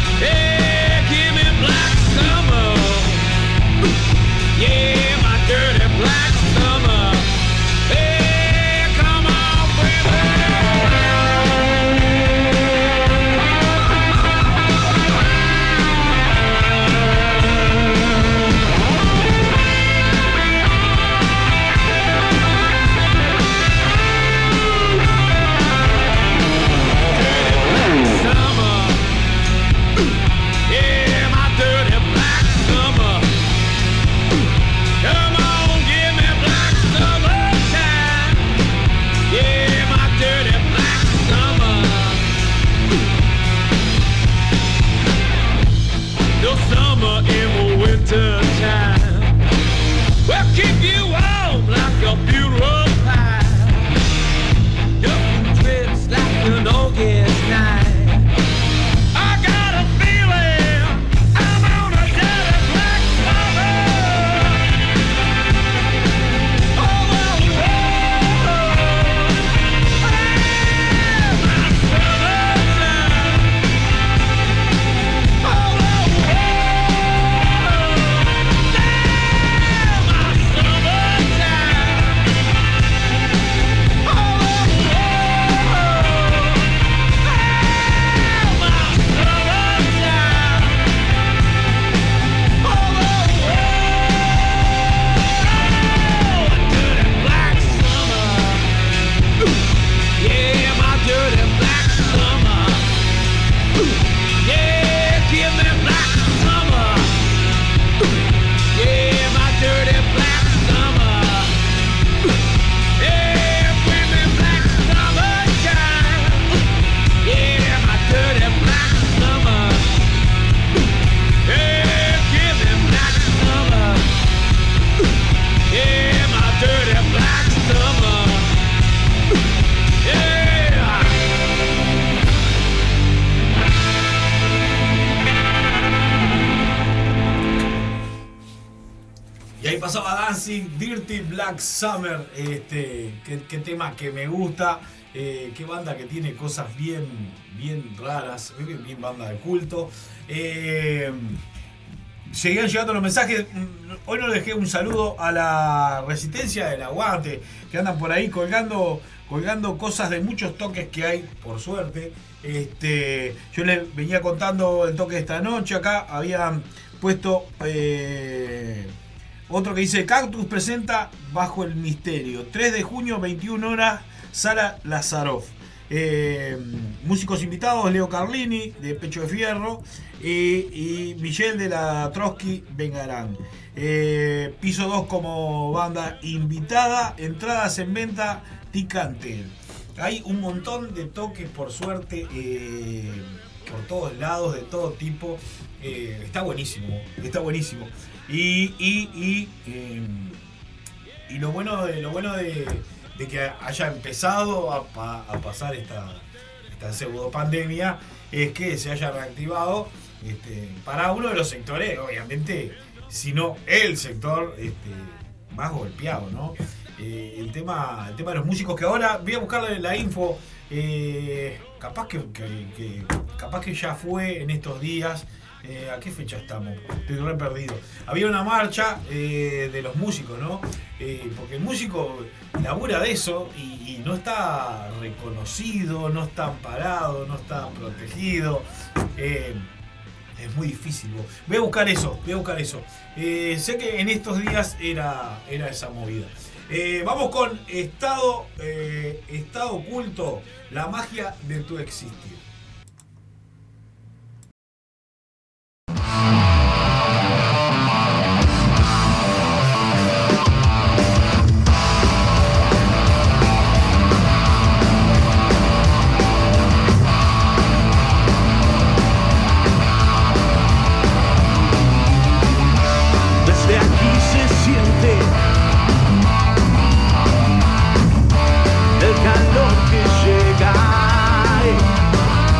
Yeah, my dirty Y ahí pasaba Dancing, Dirty Black Summer, este, qué, qué tema que me gusta, eh, qué banda que tiene cosas bien, bien raras, bien, bien banda de culto. Eh, seguían llegando los mensajes, hoy no dejé un saludo a la Resistencia del Aguante, que andan por ahí colgando, colgando cosas de muchos toques que hay, por suerte. Este, yo les venía contando el toque de esta noche, acá habían puesto... Eh, otro que dice: Cactus presenta Bajo el Misterio, tres de junio, veintiuna horas, Sala Lazaroff. Eh, músicos invitados: Leo Carlini de Pecho de Fierro eh, y Michelle de la Trotsky Vengarán. Eh, piso dos como banda invitada, entradas en venta Ticantel. Hay un montón de toques, por suerte, eh, por todos lados, de todo tipo. Eh, está buenísimo, está buenísimo. Y, y, y, eh, y lo bueno de lo bueno de, de que haya empezado a, a pasar esta, esta pseudo pandemia es que se haya reactivado este, para uno de los sectores, obviamente, si no el sector este, más golpeado, ¿no? Eh, el tema, el tema de los músicos, que ahora voy a buscarle la info, eh, capaz que, que, que capaz que ya fue en estos días. Eh, ¿A qué fecha estamos? Estoy re perdido. Había una marcha eh, de los músicos, ¿no? Eh, porque el músico labura de eso y, y no está reconocido, no está amparado, no está protegido. Eh, es muy difícil. Voy a buscar eso, voy a buscar eso. Eh, sé que en estos días era, era esa movida. Eh, vamos con Estado, eh, Estado Oculto, la magia de tu existir. El calor que llega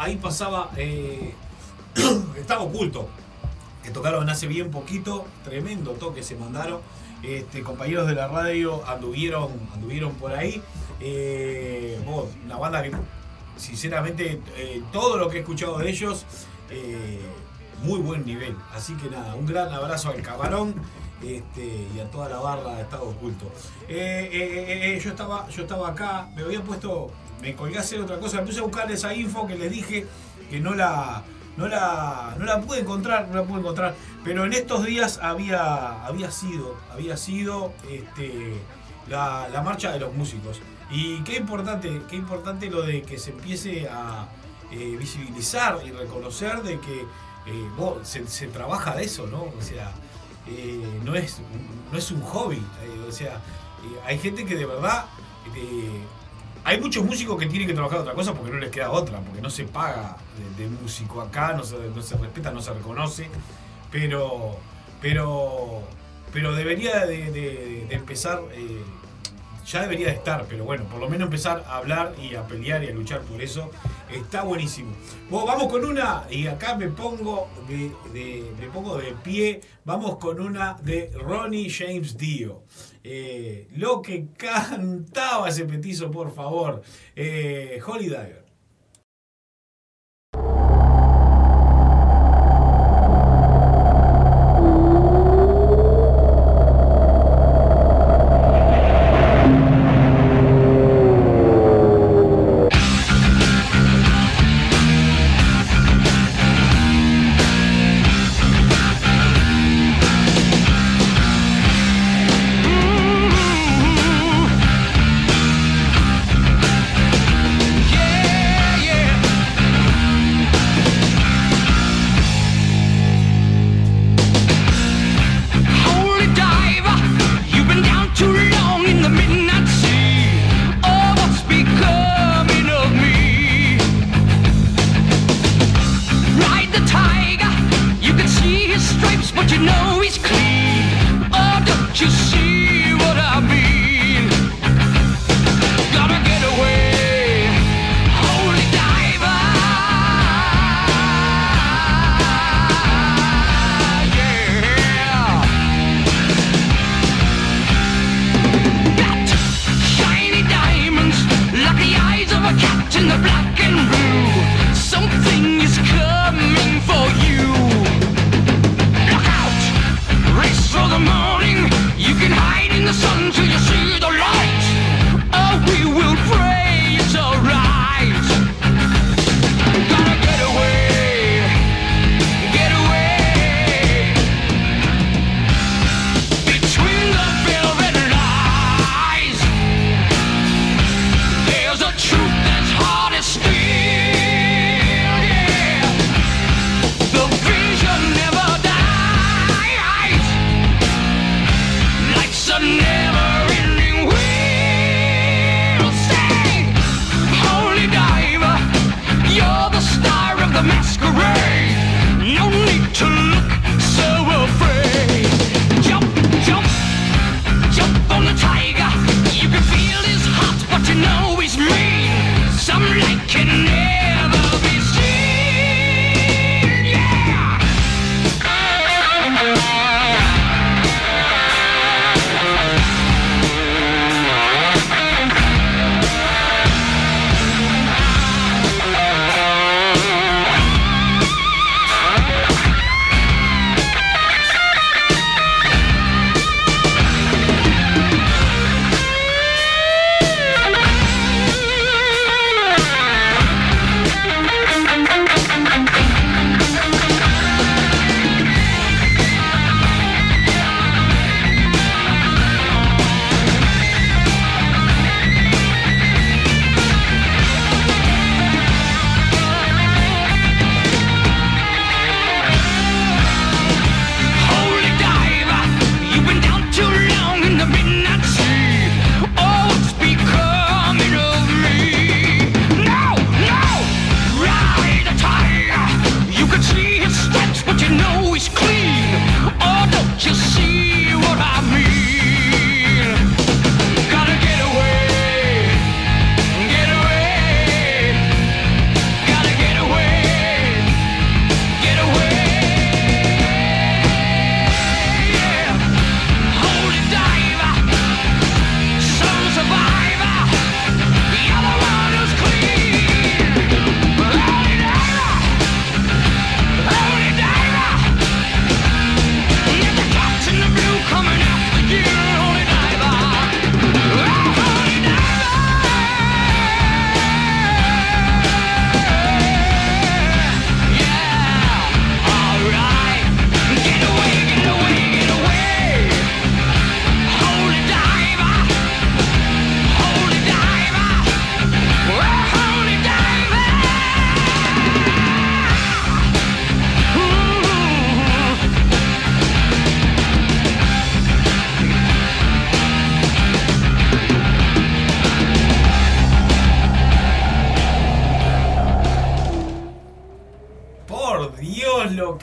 ahí pasaba, eh, estaba Oculto, que tocaron hace bien poquito, tremendo toque se mandaron. Este, compañeros de la radio anduvieron, anduvieron por ahí. Eh, bueno, una banda que, sinceramente, eh, todo lo que he escuchado de ellos, eh, muy buen nivel. Así que nada, un gran abrazo al Camarón este, y a toda la barra de Estado Oculto. Eh, eh, eh, yo, estaba, yo estaba acá, me había puesto, me colgué a hacer otra cosa, me puse a buscar esa info que les dije que no la... No la, no la pude encontrar, no la pude encontrar, pero en estos días había, había sido, había sido este, la, la marcha de los músicos. Y qué importante, qué importante lo de que se empiece a eh, visibilizar y reconocer de que eh, vos, se, se trabaja de eso, ¿no? O sea, eh, no, es, no es un hobby, eh, o sea, eh, hay gente que de verdad... Eh, Hay muchos músicos que tienen que trabajar otra cosa porque no les queda otra, porque no se paga de, de músico acá, no se, no se respeta, no se reconoce, pero pero pero debería de, de, de empezar, eh, ya debería de estar, pero bueno, por lo menos empezar a hablar y a pelear y a luchar por eso, está buenísimo. Bueno, vamos con una, y acá me pongo de, de, me pongo de pie, vamos con una de Ronnie James Dio. Eh, lo que cantaba ese petizo, por favor. Eh, Holy Diver.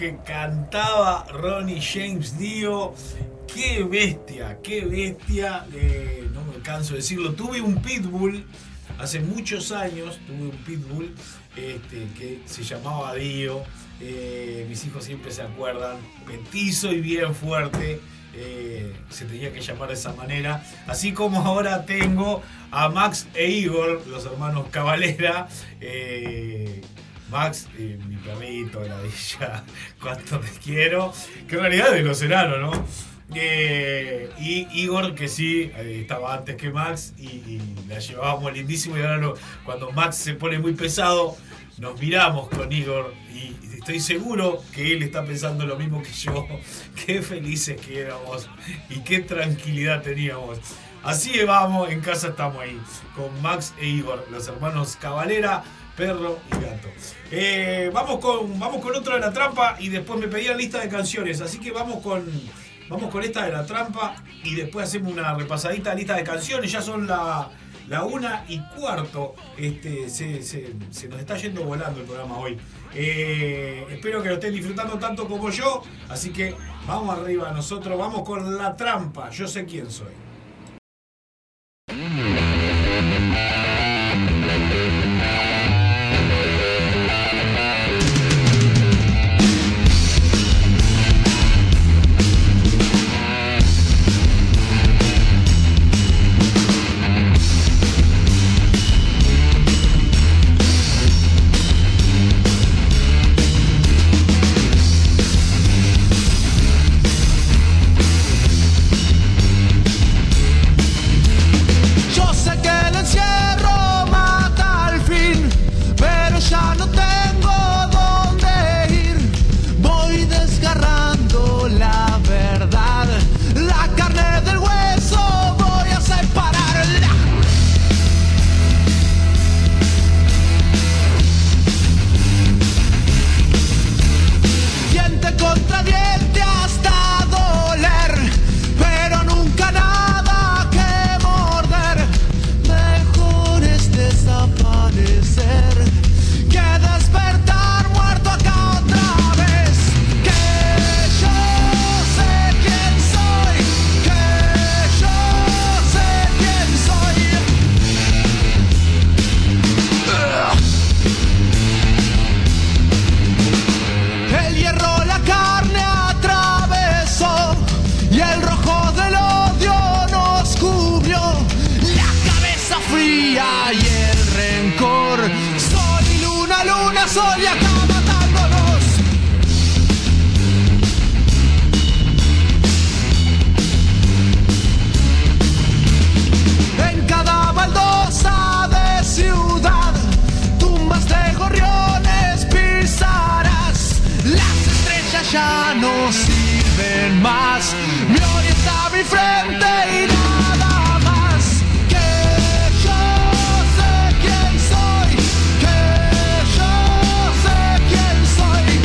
que cantaba Ronnie James Dio. Qué bestia, qué bestia. Eh, no me canso de decirlo. Tuve un pitbull hace muchos años. Tuve un pitbull este, que se llamaba Dio. Eh, mis hijos siempre se acuerdan. Petizo y bien fuerte. Eh, se tenía que llamar de esa manera. Así como ahora tengo a Max e Igor, los hermanos Cavalera. Eh, Max, eh, mi perrito, la Villa, cuánto te quiero. Que en realidad es los enanos, ¿no? Eh, y Igor, que sí, eh, estaba antes que Max y, y la llevábamos lindísimo. Y ahora lo, cuando Max se pone muy pesado, nos miramos con Igor y estoy seguro que él está pensando lo mismo que yo. Qué felices que éramos y qué tranquilidad teníamos. Así que vamos, en casa estamos ahí, con Max e Igor, los hermanos Cavalera, perro y gato. Eh, vamos, con, vamos con otro de la trampa y después me pedían lista de canciones, así que vamos con, vamos con esta de la trampa y después hacemos una repasadita de lista de canciones. Ya son la, la una y cuarto. Este, se, se, se nos está yendo volando el programa hoy. Eh, espero que lo estén disfrutando tanto como yo, así que vamos arriba nosotros, vamos con la trampa. Yo sé quién soy. Sol y acá matándonos. En cada baldosa de ciudad, tumbas de gorriones pisarás. Las estrellas ya no sirven más. Mi orienta mi frente y nada más. Que yo sé quién soy. Que yo sé quién soy.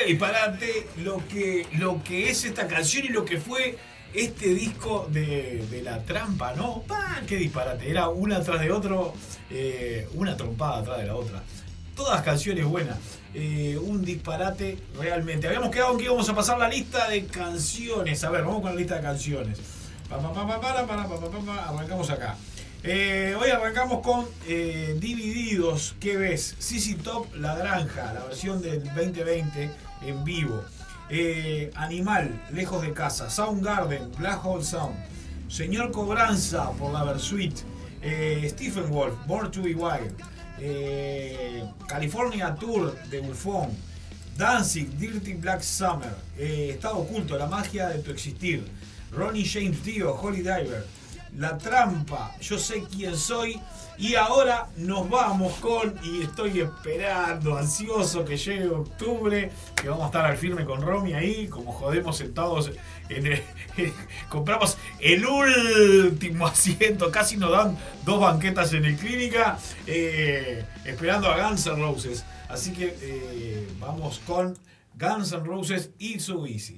qué disparate lo que, lo que es esta canción y lo que fue este disco de, de La Trampa, ¿no? ¡Pah! ¡Qué disparate! Era una atrás de otro, eh, una trompada atrás de la otra. Todas canciones buenas. Eh, un disparate realmente. Habíamos quedado en que íbamos a pasar la lista de canciones. A ver, vamos con la lista de canciones. Pa, pa, pa, pa, para, para, pa, pa, pa, pa. Arrancamos acá. Eh, hoy arrancamos con eh, Divididos. ¿Qué ves? C C Top La Granja, la versión del veinte veinte en vivo. Eh, Animal, Lejos de Casa. Soundgarden, Black Hole Sound. Señor Cobranza por la Versuit. Eh, Stephen Wolf, Born to be Wild. Eh, California Tour de Buffon. Danzig, Dirty Black Summer. Eh, Estado Oculto, La Magia de tu Existir. Ronnie James Dio, Holy Diver. La Trampa, Yo sé quién soy. Y ahora nos vamos con, y estoy esperando, ansioso que llegue octubre, que vamos a estar al firme con Romy ahí, como jodemos sentados en el, eh, compramos el último asiento, casi nos dan dos banquetas en el Clínica, eh, esperando a Guns N' Roses. Así que eh, vamos con Guns N' Roses, It's So Easy.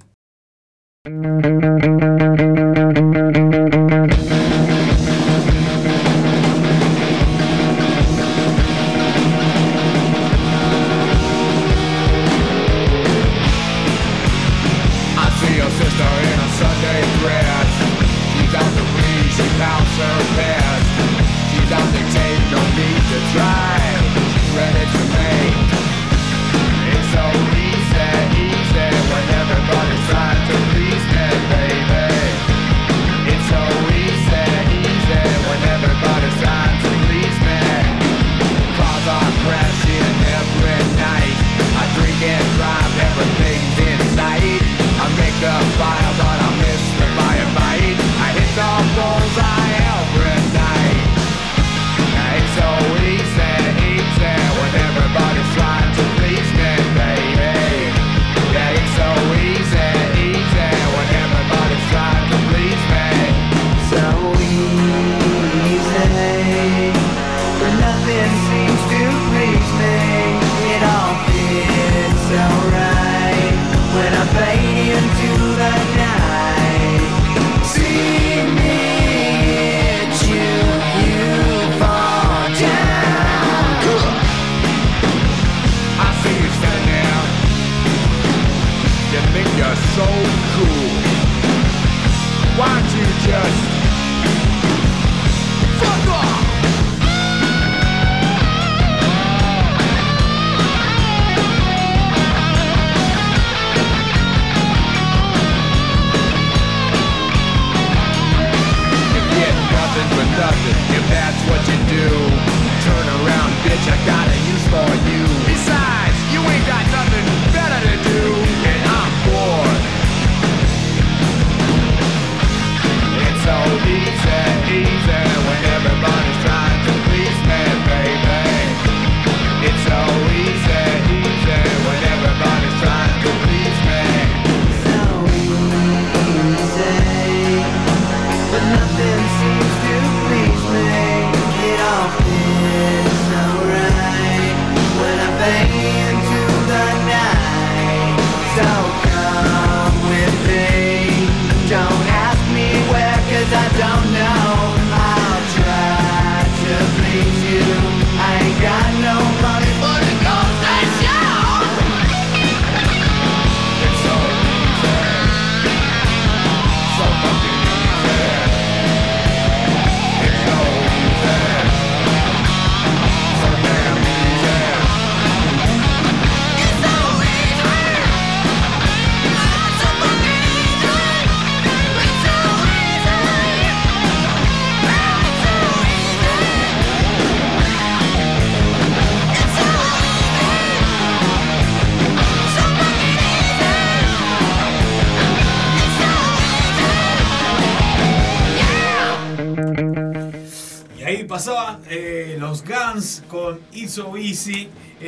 Pasaban eh, los Guns con It's So Easy.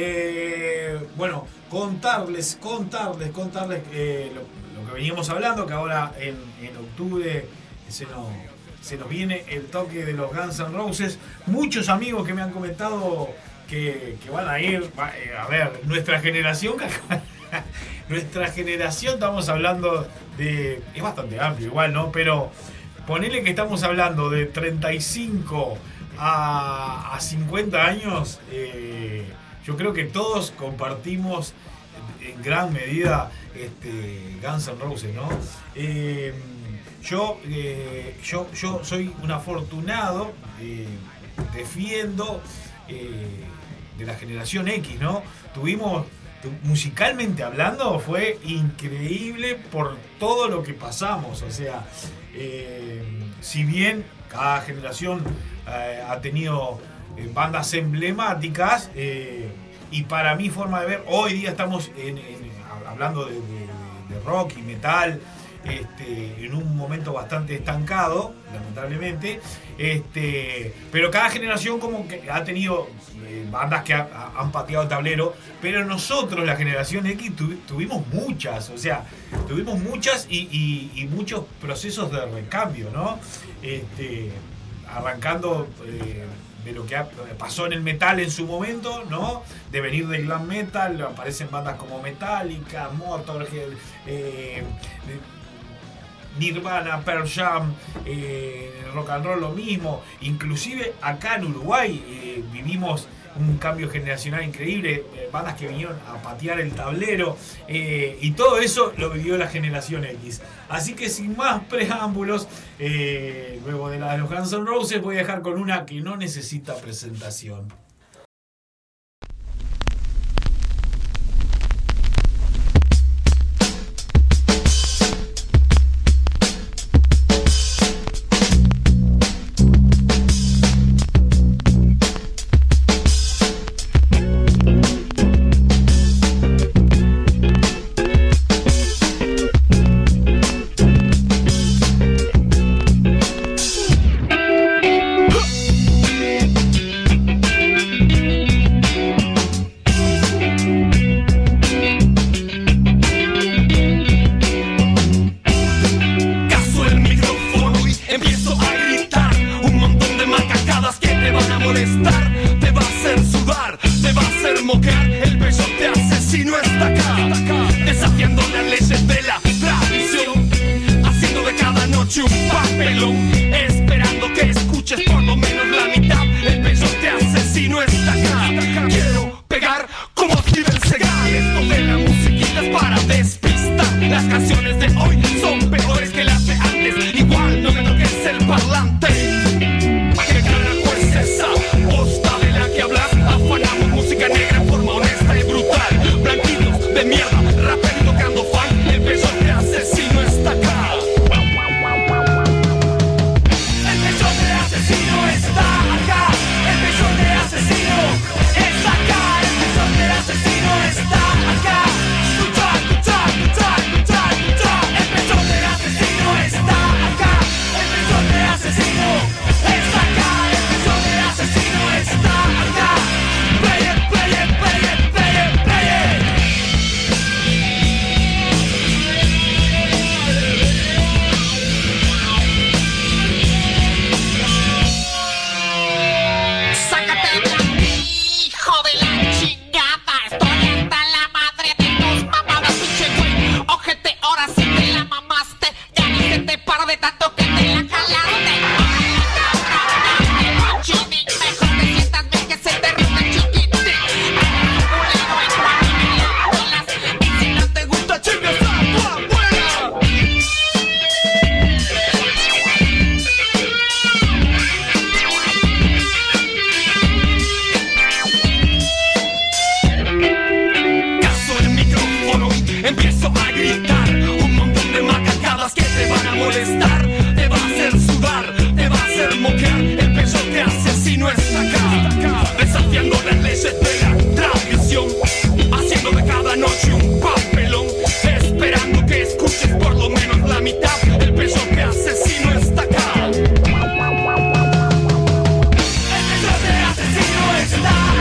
Eh, bueno, contarles, contarles, contarles eh, lo, lo que veníamos hablando, que ahora en, en octubre se nos, se nos viene el toque de los Guns N' Roses. Muchos amigos que me han comentado que, que van a ir, va, eh, a ver, nuestra generación que nuestra generación, estamos hablando de... Es bastante amplio igual, ¿no? Pero ponele que estamos hablando de treinta y cinco a, a cincuenta años. Eh, yo creo que todos compartimos en gran medida este, Guns N' Roses, ¿no? Eh, yo, eh, yo, yo soy un afortunado, eh, defiendo eh, de la generación X, ¿no? Tuvimos, musicalmente hablando, fue increíble por todo lo que pasamos. O sea, eh, si bien cada generación eh, ha tenido eh, bandas emblemáticas, eh, y para mi forma de ver, hoy día estamos en, en, hablando de, de, de rock y metal, este, en un momento bastante estancado, lamentablemente, este, pero cada generación como que ha tenido eh, bandas que ha, han pateado el tablero, pero nosotros, la generación X, tu, tuvimos muchas, o sea, tuvimos muchas y, y, y muchos procesos de recambio, ¿no? Este, arrancando eh, de lo que pasó en el metal en su momento, ¿no? De venir del glam metal, aparecen bandas como Metallica, Motorhead, eh, Nirvana, Pearl Jam, eh, rock and roll lo mismo. Inclusive acá en Uruguay eh, vivimos un cambio generacional increíble, eh, bandas que vinieron a patear el tablero, eh, y todo eso lo vivió la generación X. Así que sin más preámbulos, eh, luego de la de los Guns N' Roses, voy a dejar con una que no necesita presentación.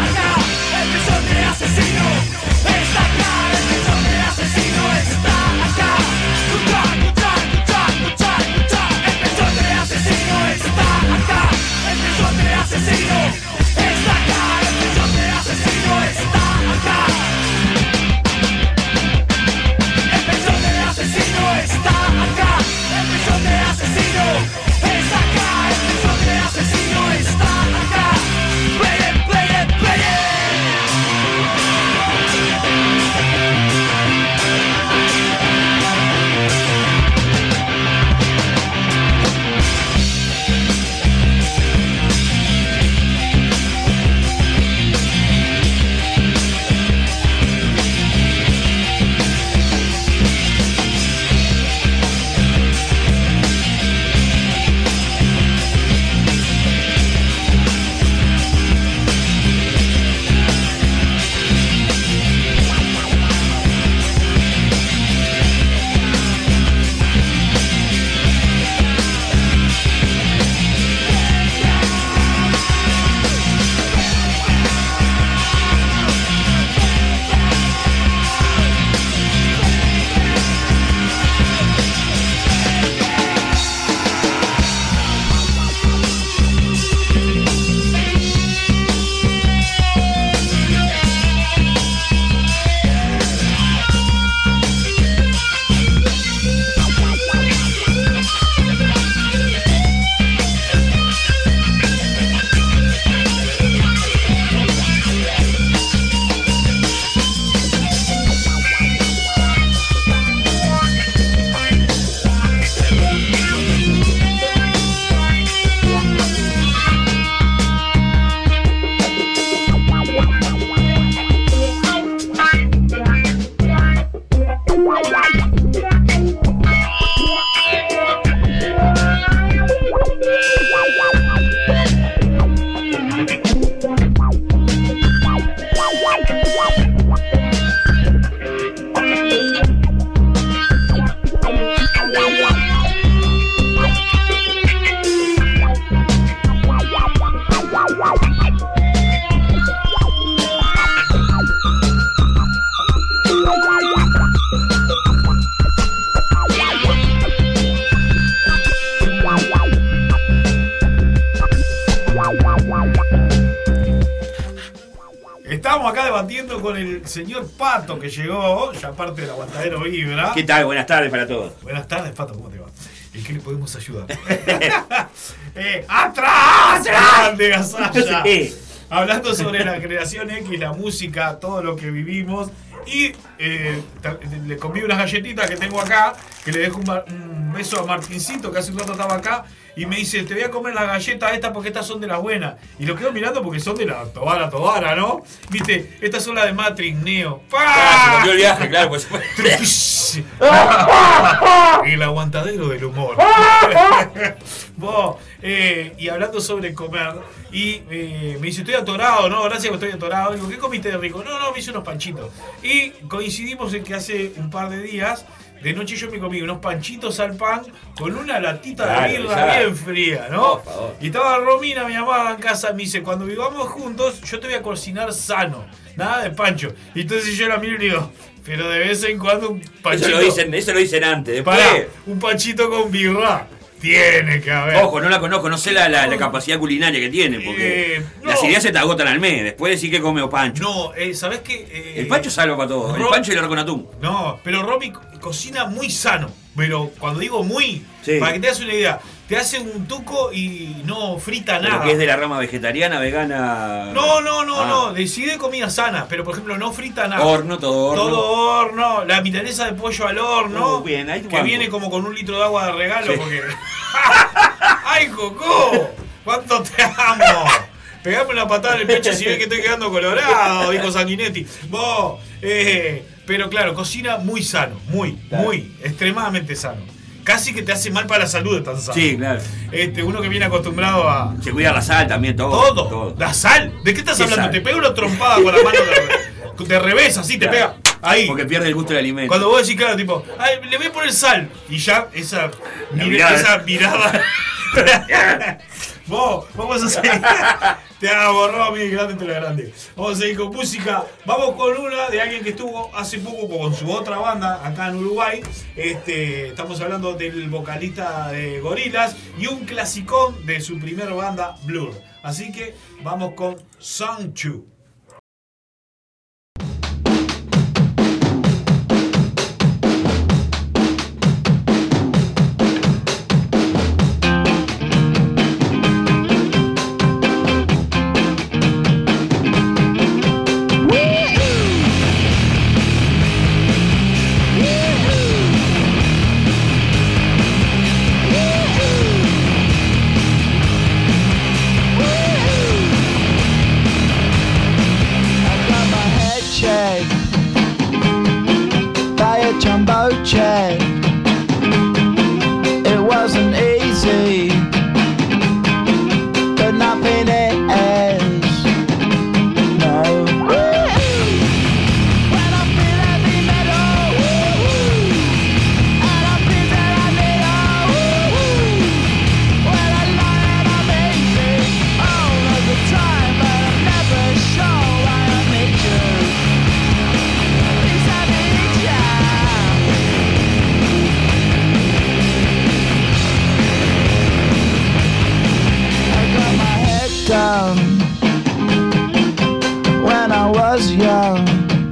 Asesino está acá, el millón de asesino está acá. Estamos acá debatiendo con el señor Pato que llegó, ya parte del Aguantadero Vibra. ¿Qué tal? Buenas tardes para todos. Buenas tardes, Pato, ¿cómo te va? ¿En qué le podemos ayudar? eh, ¡Atrás! ¡Grande Gasalla! Sí. Hablando sobre la generación X, la música, todo lo que vivimos. Y eh, le comí unas galletitas que tengo acá, que le dejo un, un beso a Martincito, que hace un rato estaba acá, y me dice, te voy a comer las galletas estas porque estas son de las buenas. Y lo quedo mirando porque son de la Tobara Tobara, ¿no? Viste, estas son las de Matrix, Neo. ¡Pah! Se comió el viaje, claro, pues. El aguantadero del humor. Vos, eh, y hablando sobre comer, y eh, me dice, estoy atorado, ¿no? Gracias que estoy atorado. Digo, ¿qué comiste de rico? No, no, me hice unos panchitos. Y coincidimos en que hace un par de días, de noche yo me comí unos panchitos al pan con una latita claro, de birra ya. bien fría, ¿no? Y estaba Romina, mi mamá, en casa, me dice, cuando vivamos juntos, yo te voy a cocinar sano, nada de pancho. Y entonces yo la miro y digo, pero de vez en cuando un panchito... Eso lo dicen, eso lo dicen antes, después... Pará, un panchito con birra. Tiene que haber. Ojo, no la conozco, no sé la, la, la capacidad culinaria que tiene, porque eh, no. las ideas se te agotan al mes, después decir que come o pancho. No, eh, ¿sabés qué? Eh, el pancho salva para todo, Rom... el pancho y el arroz con atún. No, pero Romy cocina muy sano, pero cuando digo muy, sí. para que te hagas una idea, te hace un tuco y no frita nada. ¿Pero que es de la rama vegetariana, vegana? No, no, no, ah. no, decide comida sana, pero por ejemplo no frita nada. Horno, todo horno. Todo horno, la milanesa de pollo al horno, uh, bien, ahí que viene como con un litro de agua de regalo, sí. porque... ¡Ay, Coco! ¡Cuánto te amo! Pegame una patada en el pecho si ves que estoy quedando colorado, dijo Sanguinetti. Vos, eh, pero claro, cocina muy sano, muy, claro. muy, extremadamente sano. Casi que te hace mal para la salud de tan sano. Sí, claro. Este, uno que viene acostumbrado a... Se cuida la sal también, todo. Todo. todo. ¿La sal? ¿De qué estás ¿Qué hablando? sal? Te pega una trompada con la mano de, de revés, así, te claro. pega. Ahí. Porque pierde el gusto del alimento. Cuando vos decís, claro, tipo, ay, le voy a poner sal. Y ya, esa mira, mirada. Esa mirada. Vos, vamos a seguir. Te amo, Romy, grande, te lo grande. Vamos a seguir con música. Vamos con una de alguien que estuvo hace poco con su otra banda acá en Uruguay. Este, estamos hablando del vocalista de Gorillaz y un clasicón de su primer banda, Blur. Así que vamos con Song two. Check. It wasn't easy, but nothing is. No. When I feel heavy metal, and I feel that I need when I lie and I'm easy all of the time, but I'm never sure why I need you. Please I need you. Down when I was young.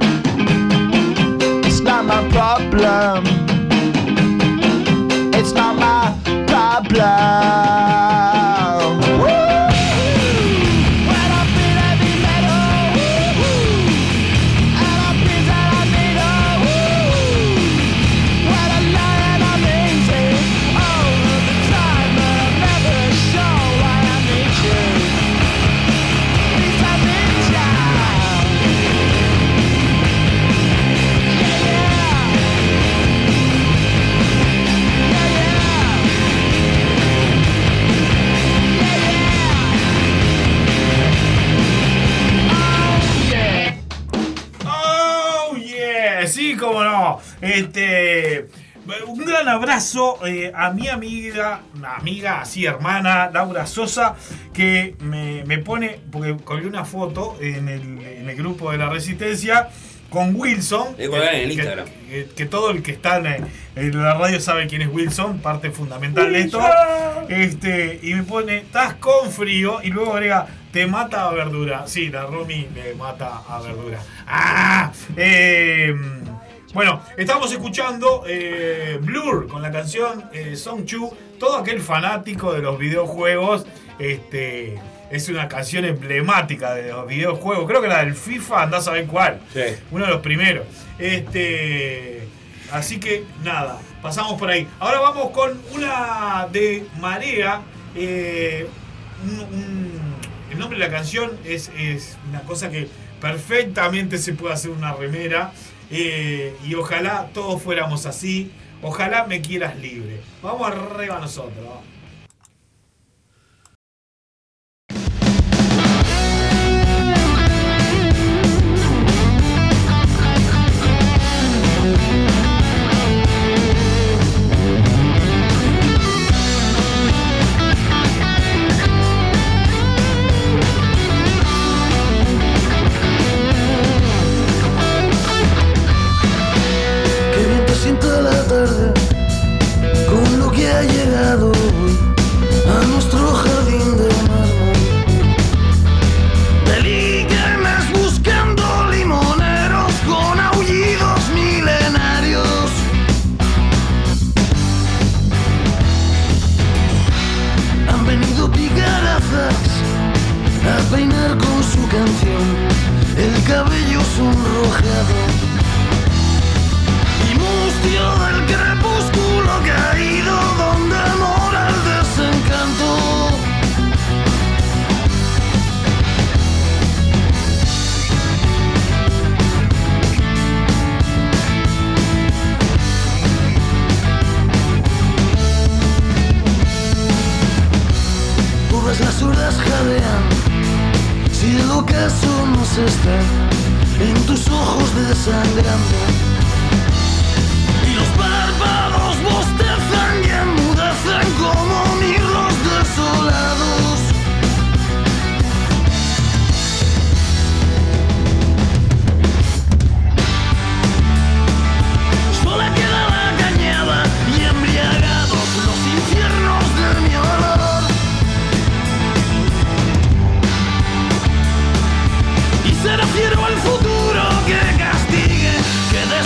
It's not my problem. It's not my problem. When I feel heavy metal, and I feel that I need a when I lie and I'm easy all of the time, but I'm never sure why I need you. Yeah. Este, un gran abrazo eh, a mi amiga, una amiga, así hermana, Laura Sosa, que me, me pone, porque colgué una foto en el, en el grupo de la Resistencia con Wilson. Le colgar en el que, Instagram. Que, que todo el que está en, en la radio sabe quién es Wilson, parte fundamental de esto. Este, y me pone, estás con frío, y luego agrega, te mata a verdura. Sí, la Romy le mata a verdura. ¡Ah! Eh, bueno, estamos escuchando eh, Blur con la canción eh, Song Chu. Todo aquel fanático de los videojuegos, este, es una canción emblemática de los videojuegos. Creo que la del FIFA, andás a saber cuál. Sí. Uno de los primeros. Este, así que nada, pasamos por ahí. Ahora vamos con una de Marea. Eh, un, un, el nombre de la canción es, es una cosa que perfectamente se puede hacer una remera. Eh, y ojalá todos fuéramos así. Ojalá me quieras libre. Vamos arriba nosotros. Siento la tarde con lo que ha llegado hoy a nuestro jardín de mármol. De líquenes buscando limoneros con aullidos milenarios. Han venido picarazas a peinar con su canción el cabello sonrojado. Mustio del crepúsculo caído donde mora el desencanto. Todas las horas jadean, si el ocaso no se está en tus ojos desangrando. Los párpados bostezan y enmudecen como mirlos desolados. Sola queda la cañada y embriagados los infiernos de mi olor. Y será fiero el futuro que castigue, que des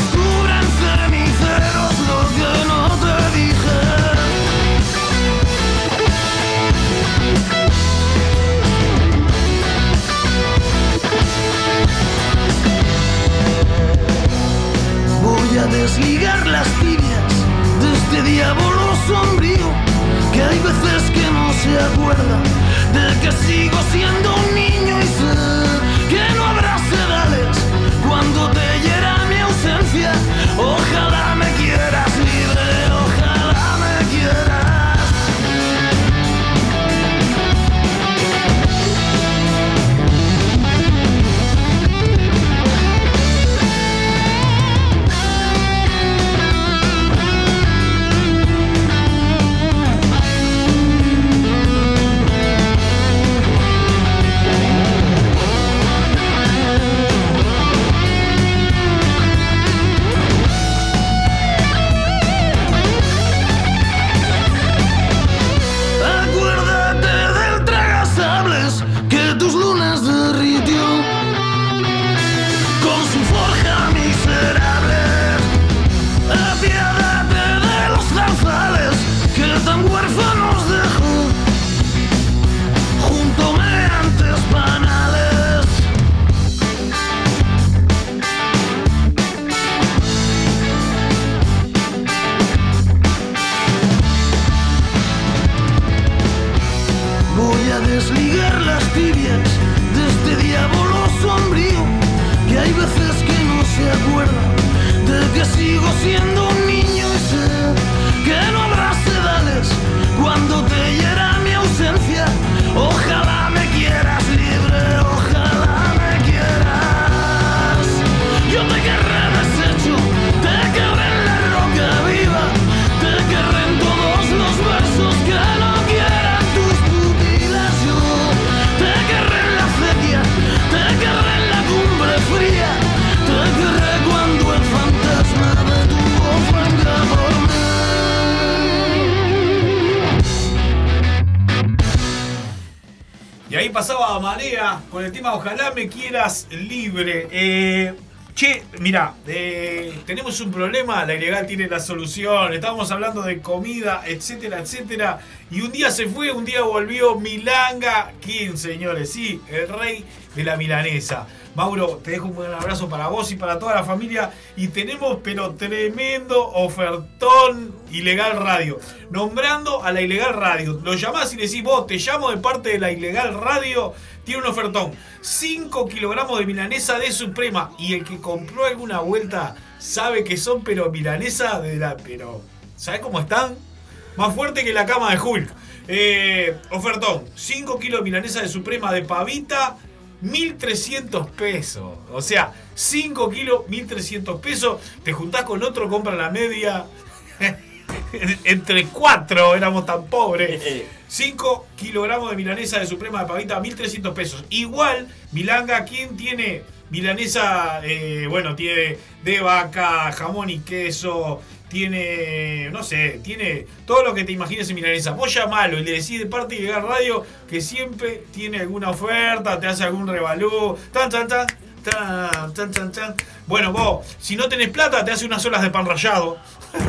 pasaba Marea con el tema Ojalá me quieras libre. Eh, che, mirá, eh, tenemos un problema, la ilegal tiene la solución. Estábamos hablando de comida, etcétera, etcétera. Y un día se fue, un día volvió Milanga King, señores. Sí, el rey de la milanesa. Mauro, te dejo un buen abrazo para vos y para toda la familia. Y tenemos, pero tremendo ofertón Ilegal Radio. Nombrando a la Ilegal Radio. Lo llamás y le decís, vos, te llamo de parte de la Ilegal Radio. Tiene un ofertón. cinco kilogramos de milanesa de Suprema. Y el que compró alguna vuelta sabe que son, pero milanesa de la... Pero, ¿sabés cómo están? Más fuerte que la cama de Hulk. Eh, ofertón. cinco kilos de milanesa de Suprema de pavita. mil trescientos pesos. O sea, cinco kilos, mil trescientos pesos. Te juntás con otro, compra la media. Entre cuatro éramos tan pobres. cinco kilogramos de milanesa de Suprema de pavita, mil trescientos pesos. Igual, Milanga, ¿quién tiene milanesa? Eh, bueno, tiene de vaca, jamón y queso. Tiene, no sé, tiene todo lo que te imagines en milanesa. Vos llamalo y le decís de parte de Ilegal Radio que siempre tiene alguna oferta, te hace algún revalú. Tan, tan, tan, tan, tan, tan, tan. Bueno, vos, si no tenés plata, te hace unas olas de pan rallado.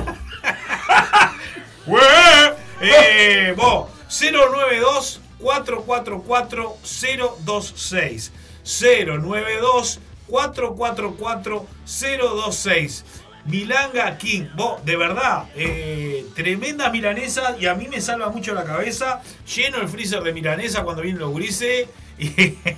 eh, vos, cero nueve dos, cuatro cuatro cuatro, cero dos seis. cero nueve dos, cuatro cuatro cuatro, cero dos seis. Milanga King, vos, de verdad, eh, tremenda milanesa y a mí me salva mucho la cabeza. Lleno el freezer de milanesa cuando vienen los gurises y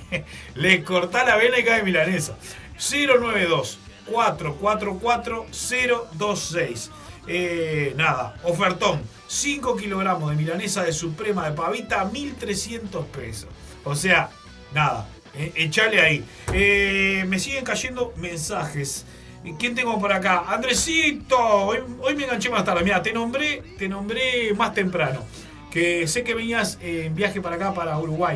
le cortá la vena y cae milanesa. cero nueve dos, cuatro cuatro cuatro, cero dos seis. Eh, nada, ofertón. cinco kilogramos de milanesa de Suprema de pavita, mil trescientos pesos. O sea, nada, eh, echale ahí. Eh, me siguen cayendo mensajes. ¿Quién tengo por acá? Andresito, hoy, hoy me enganché más tarde. Mira, te nombré, te nombré más temprano. Que sé que venías eh, en viaje para acá, para Uruguay.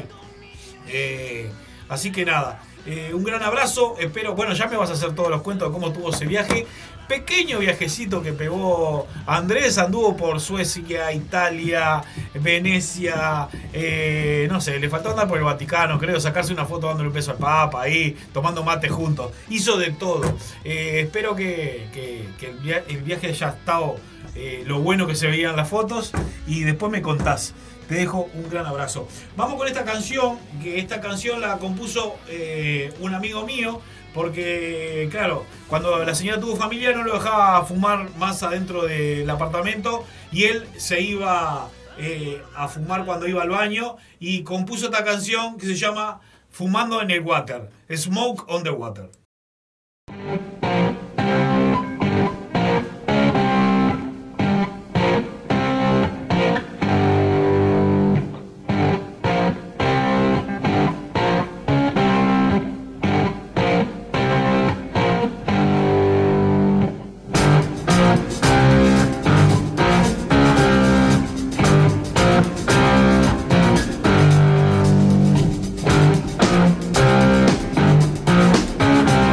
Eh, así que nada, eh, un gran abrazo. Espero, bueno, ya me vas a hacer todos los cuentos de cómo tuvo ese viaje. Pequeño viajecito que pegó Andrés, anduvo por Suecia, Italia, Venecia, eh, no sé, le faltó andar por el Vaticano, creo, sacarse una foto dándole un beso al Papa ahí, tomando mate juntos. Hizo de todo. Eh, espero que, que, que el, via- el viaje haya estado eh, lo bueno que se veían las fotos y después me contás. Te dejo un gran abrazo. Vamos con esta canción, que esta canción la compuso eh, un amigo mío. Porque, claro, cuando la señora tuvo familia no lo dejaba fumar más adentro del apartamento y él se iba eh, a fumar cuando iba al baño y compuso esta canción que se llama Fumando en el Water, Smoke on the Water. We'll be right back.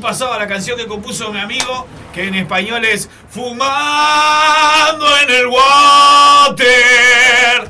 pasaba la canción que compuso mi amigo, que en español es Fumando en el Water.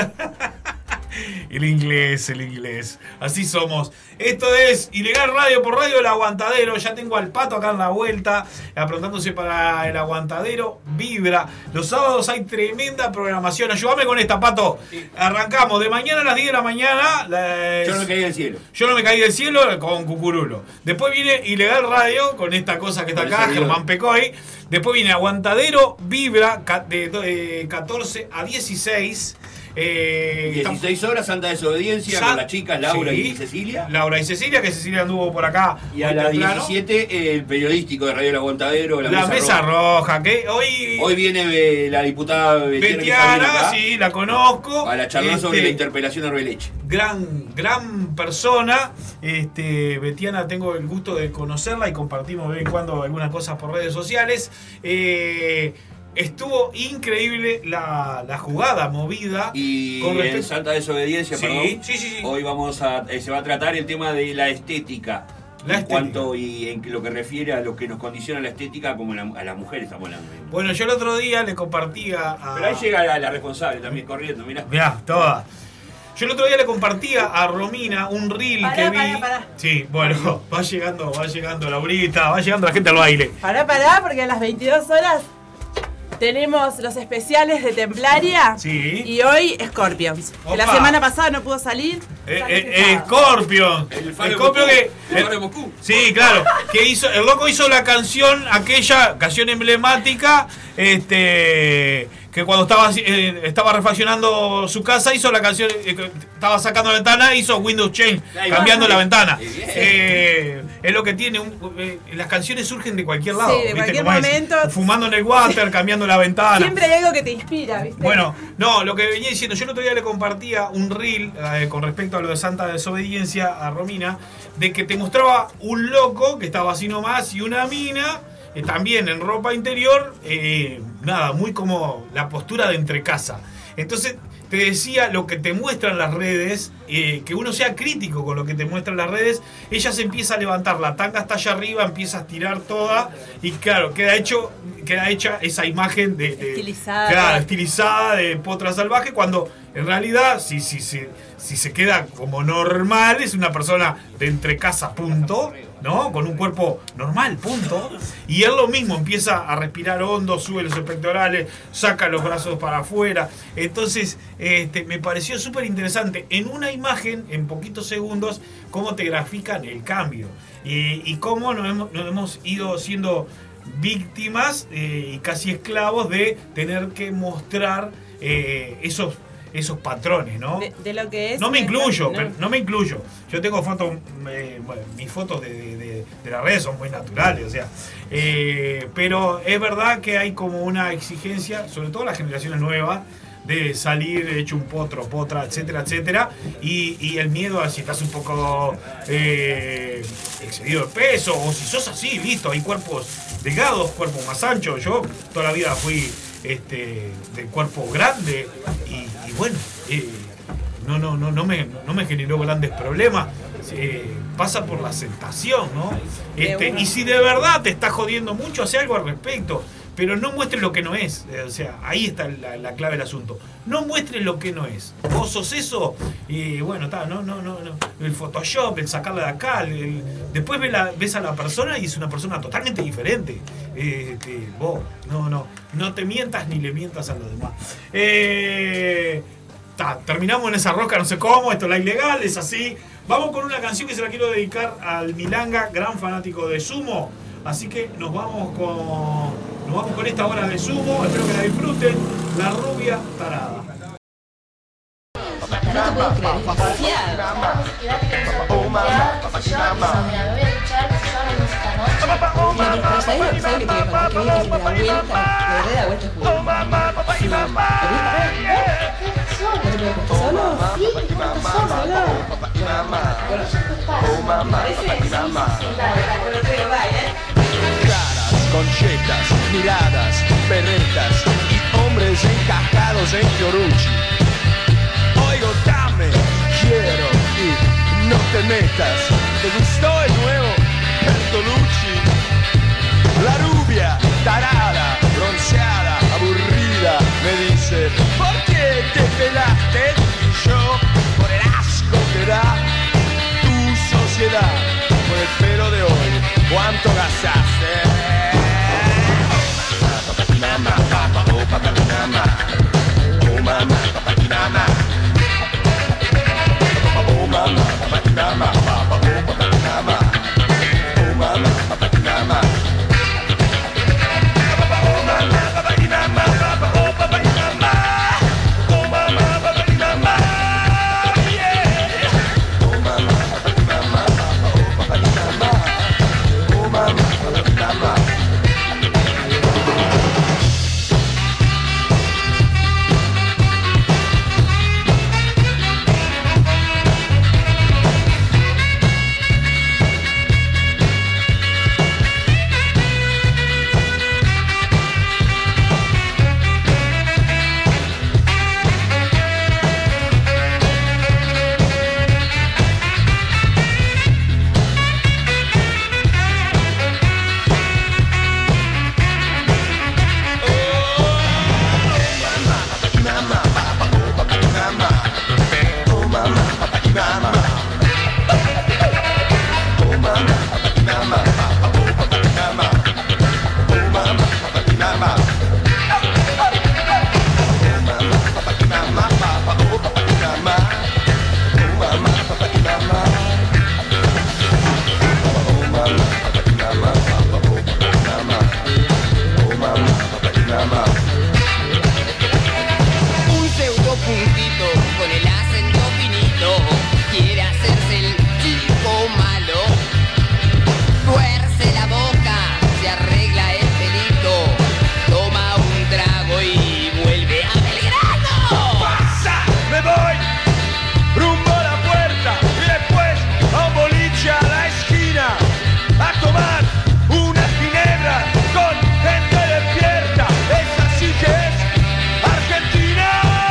El inglés, el inglés. Así somos. Esto es Ilegal Radio por Radio El Aguantadero. Ya tengo al Pato acá en la vuelta, aprontándose para El Aguantadero. Vibra. Los sábados hay tremenda programación. Ayúdame con esta, Pato. Arrancamos de mañana a las diez de la mañana. La... Yo no me caí del cielo. Yo no me caí del cielo con Cucurulo. Después viene Ilegal Radio con esta cosa que está acá, Germán Pecoy. Después viene Aguantadero, Vibra, de catorce a dieciséis. Eh, dieciséis horas, Santa Desobediencia, San... con las chicas Laura sí, y Cecilia. Laura y Cecilia, que Cecilia anduvo por acá. Y a las diecisiete, el periodístico de Radio El Aguantadero, La, la Mesa, Mesa Roja. Roja, que hoy... Hoy viene la diputada Betiana, Betiana sí, la conozco. Para charlar este, sobre la interpelación a Arbeleche. Gran, gran persona. Este, Betiana, tengo el gusto de conocerla y compartimos de vez en cuando algunas cosas por redes sociales. Eh... Estuvo increíble la, la jugada movida. Y con respecto... en Santa Desobediencia, sí, perdón. Sí, sí, sí. Hoy vamos a, eh, se va a tratar el tema de la estética. La en estética. cuanto y en lo que refiere a lo que nos condiciona la estética, como la, a las mujeres estamos hablando. Bueno, yo el otro día le compartía a... Pero ahí llega la, la responsable también corriendo, mirá. Mirá, toda. Yo el otro día le compartía a Romina un reel pará, que vi. Pará, pará. Sí, bueno, va llegando, va llegando Laurita, va llegando la gente al baile. Pará, pará, porque a las veintidós horas tenemos los especiales de Templaria. Sí. Y hoy Scorpions. Que la semana pasada no pudo salir. Eh, eh, Scorpion. El Scorpion que. El de Moscú. Sí, claro. Que hizo. El loco hizo la canción, aquella canción emblemática. Este. Que cuando estaba eh, estaba refaccionando su casa, hizo la canción, eh, estaba sacando la ventana, hizo Windows Change, cambiando la ventana. Eh, es lo que tiene, un, eh, las canciones surgen de cualquier lado. Sí, de ¿viste? cualquier Como momento. Es, fumando en el water, cambiando la ventana. Siempre hay algo que te inspira, ¿viste? Bueno, no, lo que venía diciendo, yo el otro día le compartía un reel eh, con respecto a lo de Santa Desobediencia a Romina, de que te mostraba un loco que estaba así nomás y una mina. Eh, también en ropa interior, eh, nada, muy como la postura de entrecasa. Entonces te decía lo que te muestran las redes, eh, que uno sea crítico con lo que te muestran las redes. Ella se empieza a levantar, la tanga está allá arriba, empieza a estirar toda y claro, queda hecho queda hecha esa imagen de, de estilizada, claro, estilizada de potra salvaje, cuando en realidad si, si, si, si se queda como normal es una persona de entrecasa, punto, ¿no? Con un cuerpo normal, punto. Y él lo mismo, empieza a respirar hondo, sube los pectorales, saca los brazos para afuera. Entonces, este, me pareció súper interesante. En una imagen, en poquitos segundos, cómo te grafican el cambio. Y, y cómo nos hemos, nos hemos ido siendo víctimas eh, y casi esclavos de tener que mostrar eh, esos esos patrones, ¿no? De, de lo que es. No me incluyo, no. pero no me incluyo. Yo tengo fotos, eh, bueno, mis fotos de, de, de, de las redes son muy naturales, o sea. Eh, pero es verdad que hay como una exigencia, sobre todo las generaciones nuevas, de salir hecho un potro, potra, etcétera, etcétera. Y, y el miedo a si estás un poco eh, excedido de peso, o si sos así, listo, hay cuerpos delgados, cuerpos más anchos. Yo toda la vida fui este de cuerpo grande y, y bueno, eh, no, no, no, no, me, no me generó grandes problemas. Eh, pasa por la aceptación, ¿no? Este, y si de verdad te está jodiendo mucho, hace algo al respecto. Pero no muestres lo que no es. O sea, ahí está la, la clave del asunto. No muestres lo que no es. Vos sos eso y bueno, está, no, no, no, no. El Photoshop, el sacarla de acá, el, el, después ves, la, ves a la persona y es una persona totalmente diferente. Eh, que vos, no, no, no te mientas ni le mientas a los demás. Eh, ta, terminamos en esa rosca, no sé cómo, esto es la ilegal, es así. Vamos con una canción que se la quiero dedicar al Milanga, gran fanático de Sumo. Así que nos vamos con nos vamos con esta hora de Sumo, espero que la disfruten, La Rubia Tarada. No te puedo creer, es demasiado. Oh mamá, mamá. Mira, me voy a escuchar, si yo hablo esta noche. Mira, pero ¿sabes lo que sabes que te voy a contar? Que voy a decir la vuelta, de verdad la vuelta es Oh mamá, papá y mamá. ¿No te puedo contar solo? Sí, te puedo contar solo. Papá y mamá. Oh mamá, papá y mamá. Caras, conchetas, miradas, berretas y hombres encajados en Fiorucci. Oigo, dame, quiero y no te metas. ¿Te gustó el nuevo Bertolucci? sé por qué te pelaste y yo por el asco que da tu sociedad. Por el pelo de hoy, ¿cuánto gastaste? Mama, papa, oh, papa, mama. Oh, mama, papa, mama. Oh, mama, papa, mama. Papa, oh, papa, mama. Oh, mama, papa, mama. Oh, mama, papa, mama. Papa, oh, papa, mama. Oh, mama, papa, mama. Yeah. Oh, mama, papa, mama. Papa, oh, papa, mama. Oh, mama, papa, mama. Un pseudo puntito con el acento finito quiere hacerse el chico malo. Tuerce la boca, se arregla el pelito, toma un trago y vuelve a Belgrano. ¡Pasa! ¡Me voy! Rumbo a la puerta y después a un boliche a la esquina a tomar una ginebra con gente despierta. Esa sí que es Argentina.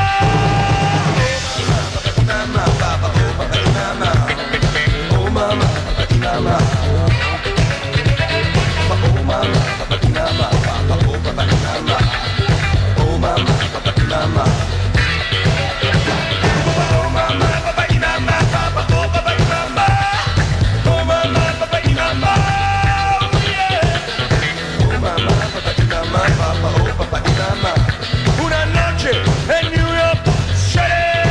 Oh, mama, mama. Oh, mama, mama. Oh, mama, mama. Una noche en New York City.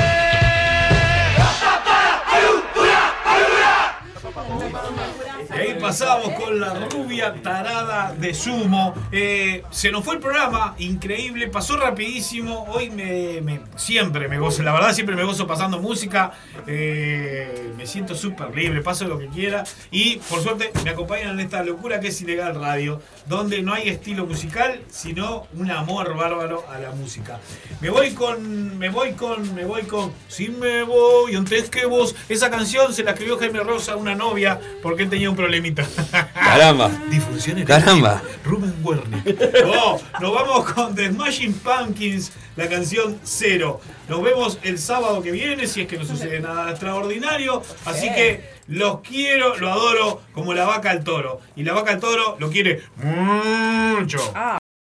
Y ahí pasamos con la rubia tarada de Sumo. Eh, se nos fue el programa, increíble, pasó rapidísimo. Hoy me, me siempre me gozo, la verdad siempre me gozo pasando música. Eh, me siento súper libre, paso lo que quiera. Y por suerte me acompañan en esta locura que es Ilegal Radio, donde no hay estilo musical, sino un amor bárbaro a la música. Me voy con, me voy con, me voy con Si me voy antes que vos. Esa canción se la escribió Jaime Rosa a una novia porque él tenía un problemita. Caramba. Difusión en Caramba. Rubén Wernick. Oh, nos vamos con The Smashing Pumpkins, la canción Cero. Nos vemos el sábado que viene, si es que no sucede nada extraordinario. Así que los quiero, lo adoro como la vaca al toro. Y la vaca al toro lo quiere mucho. Ah.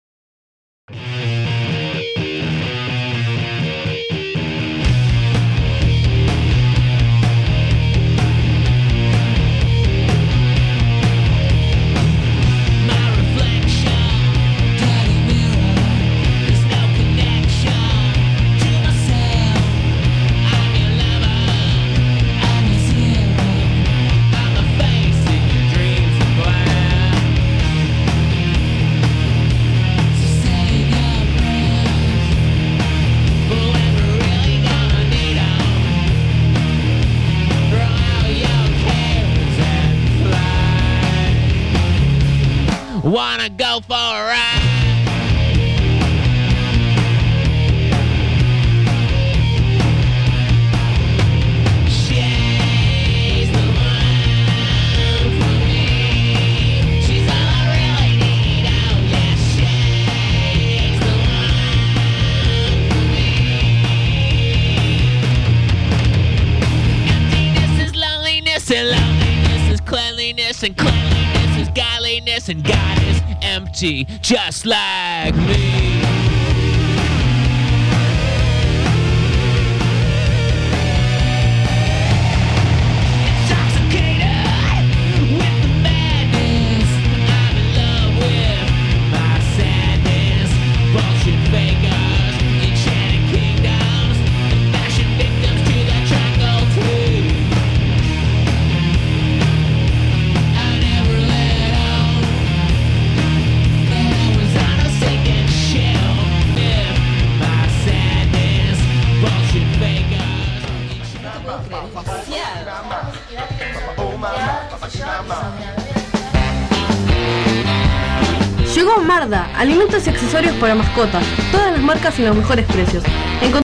Wanna go for a ride? She's the one for me. She's all I really need. Oh yeah, she's the one for me. Emptiness is loneliness, and loneliness is cleanliness, and cleanliness is godliness, and God is empty, just like me. Llegó Marda, alimentos y accesorios para mascotas, todas las marcas y los mejores precios.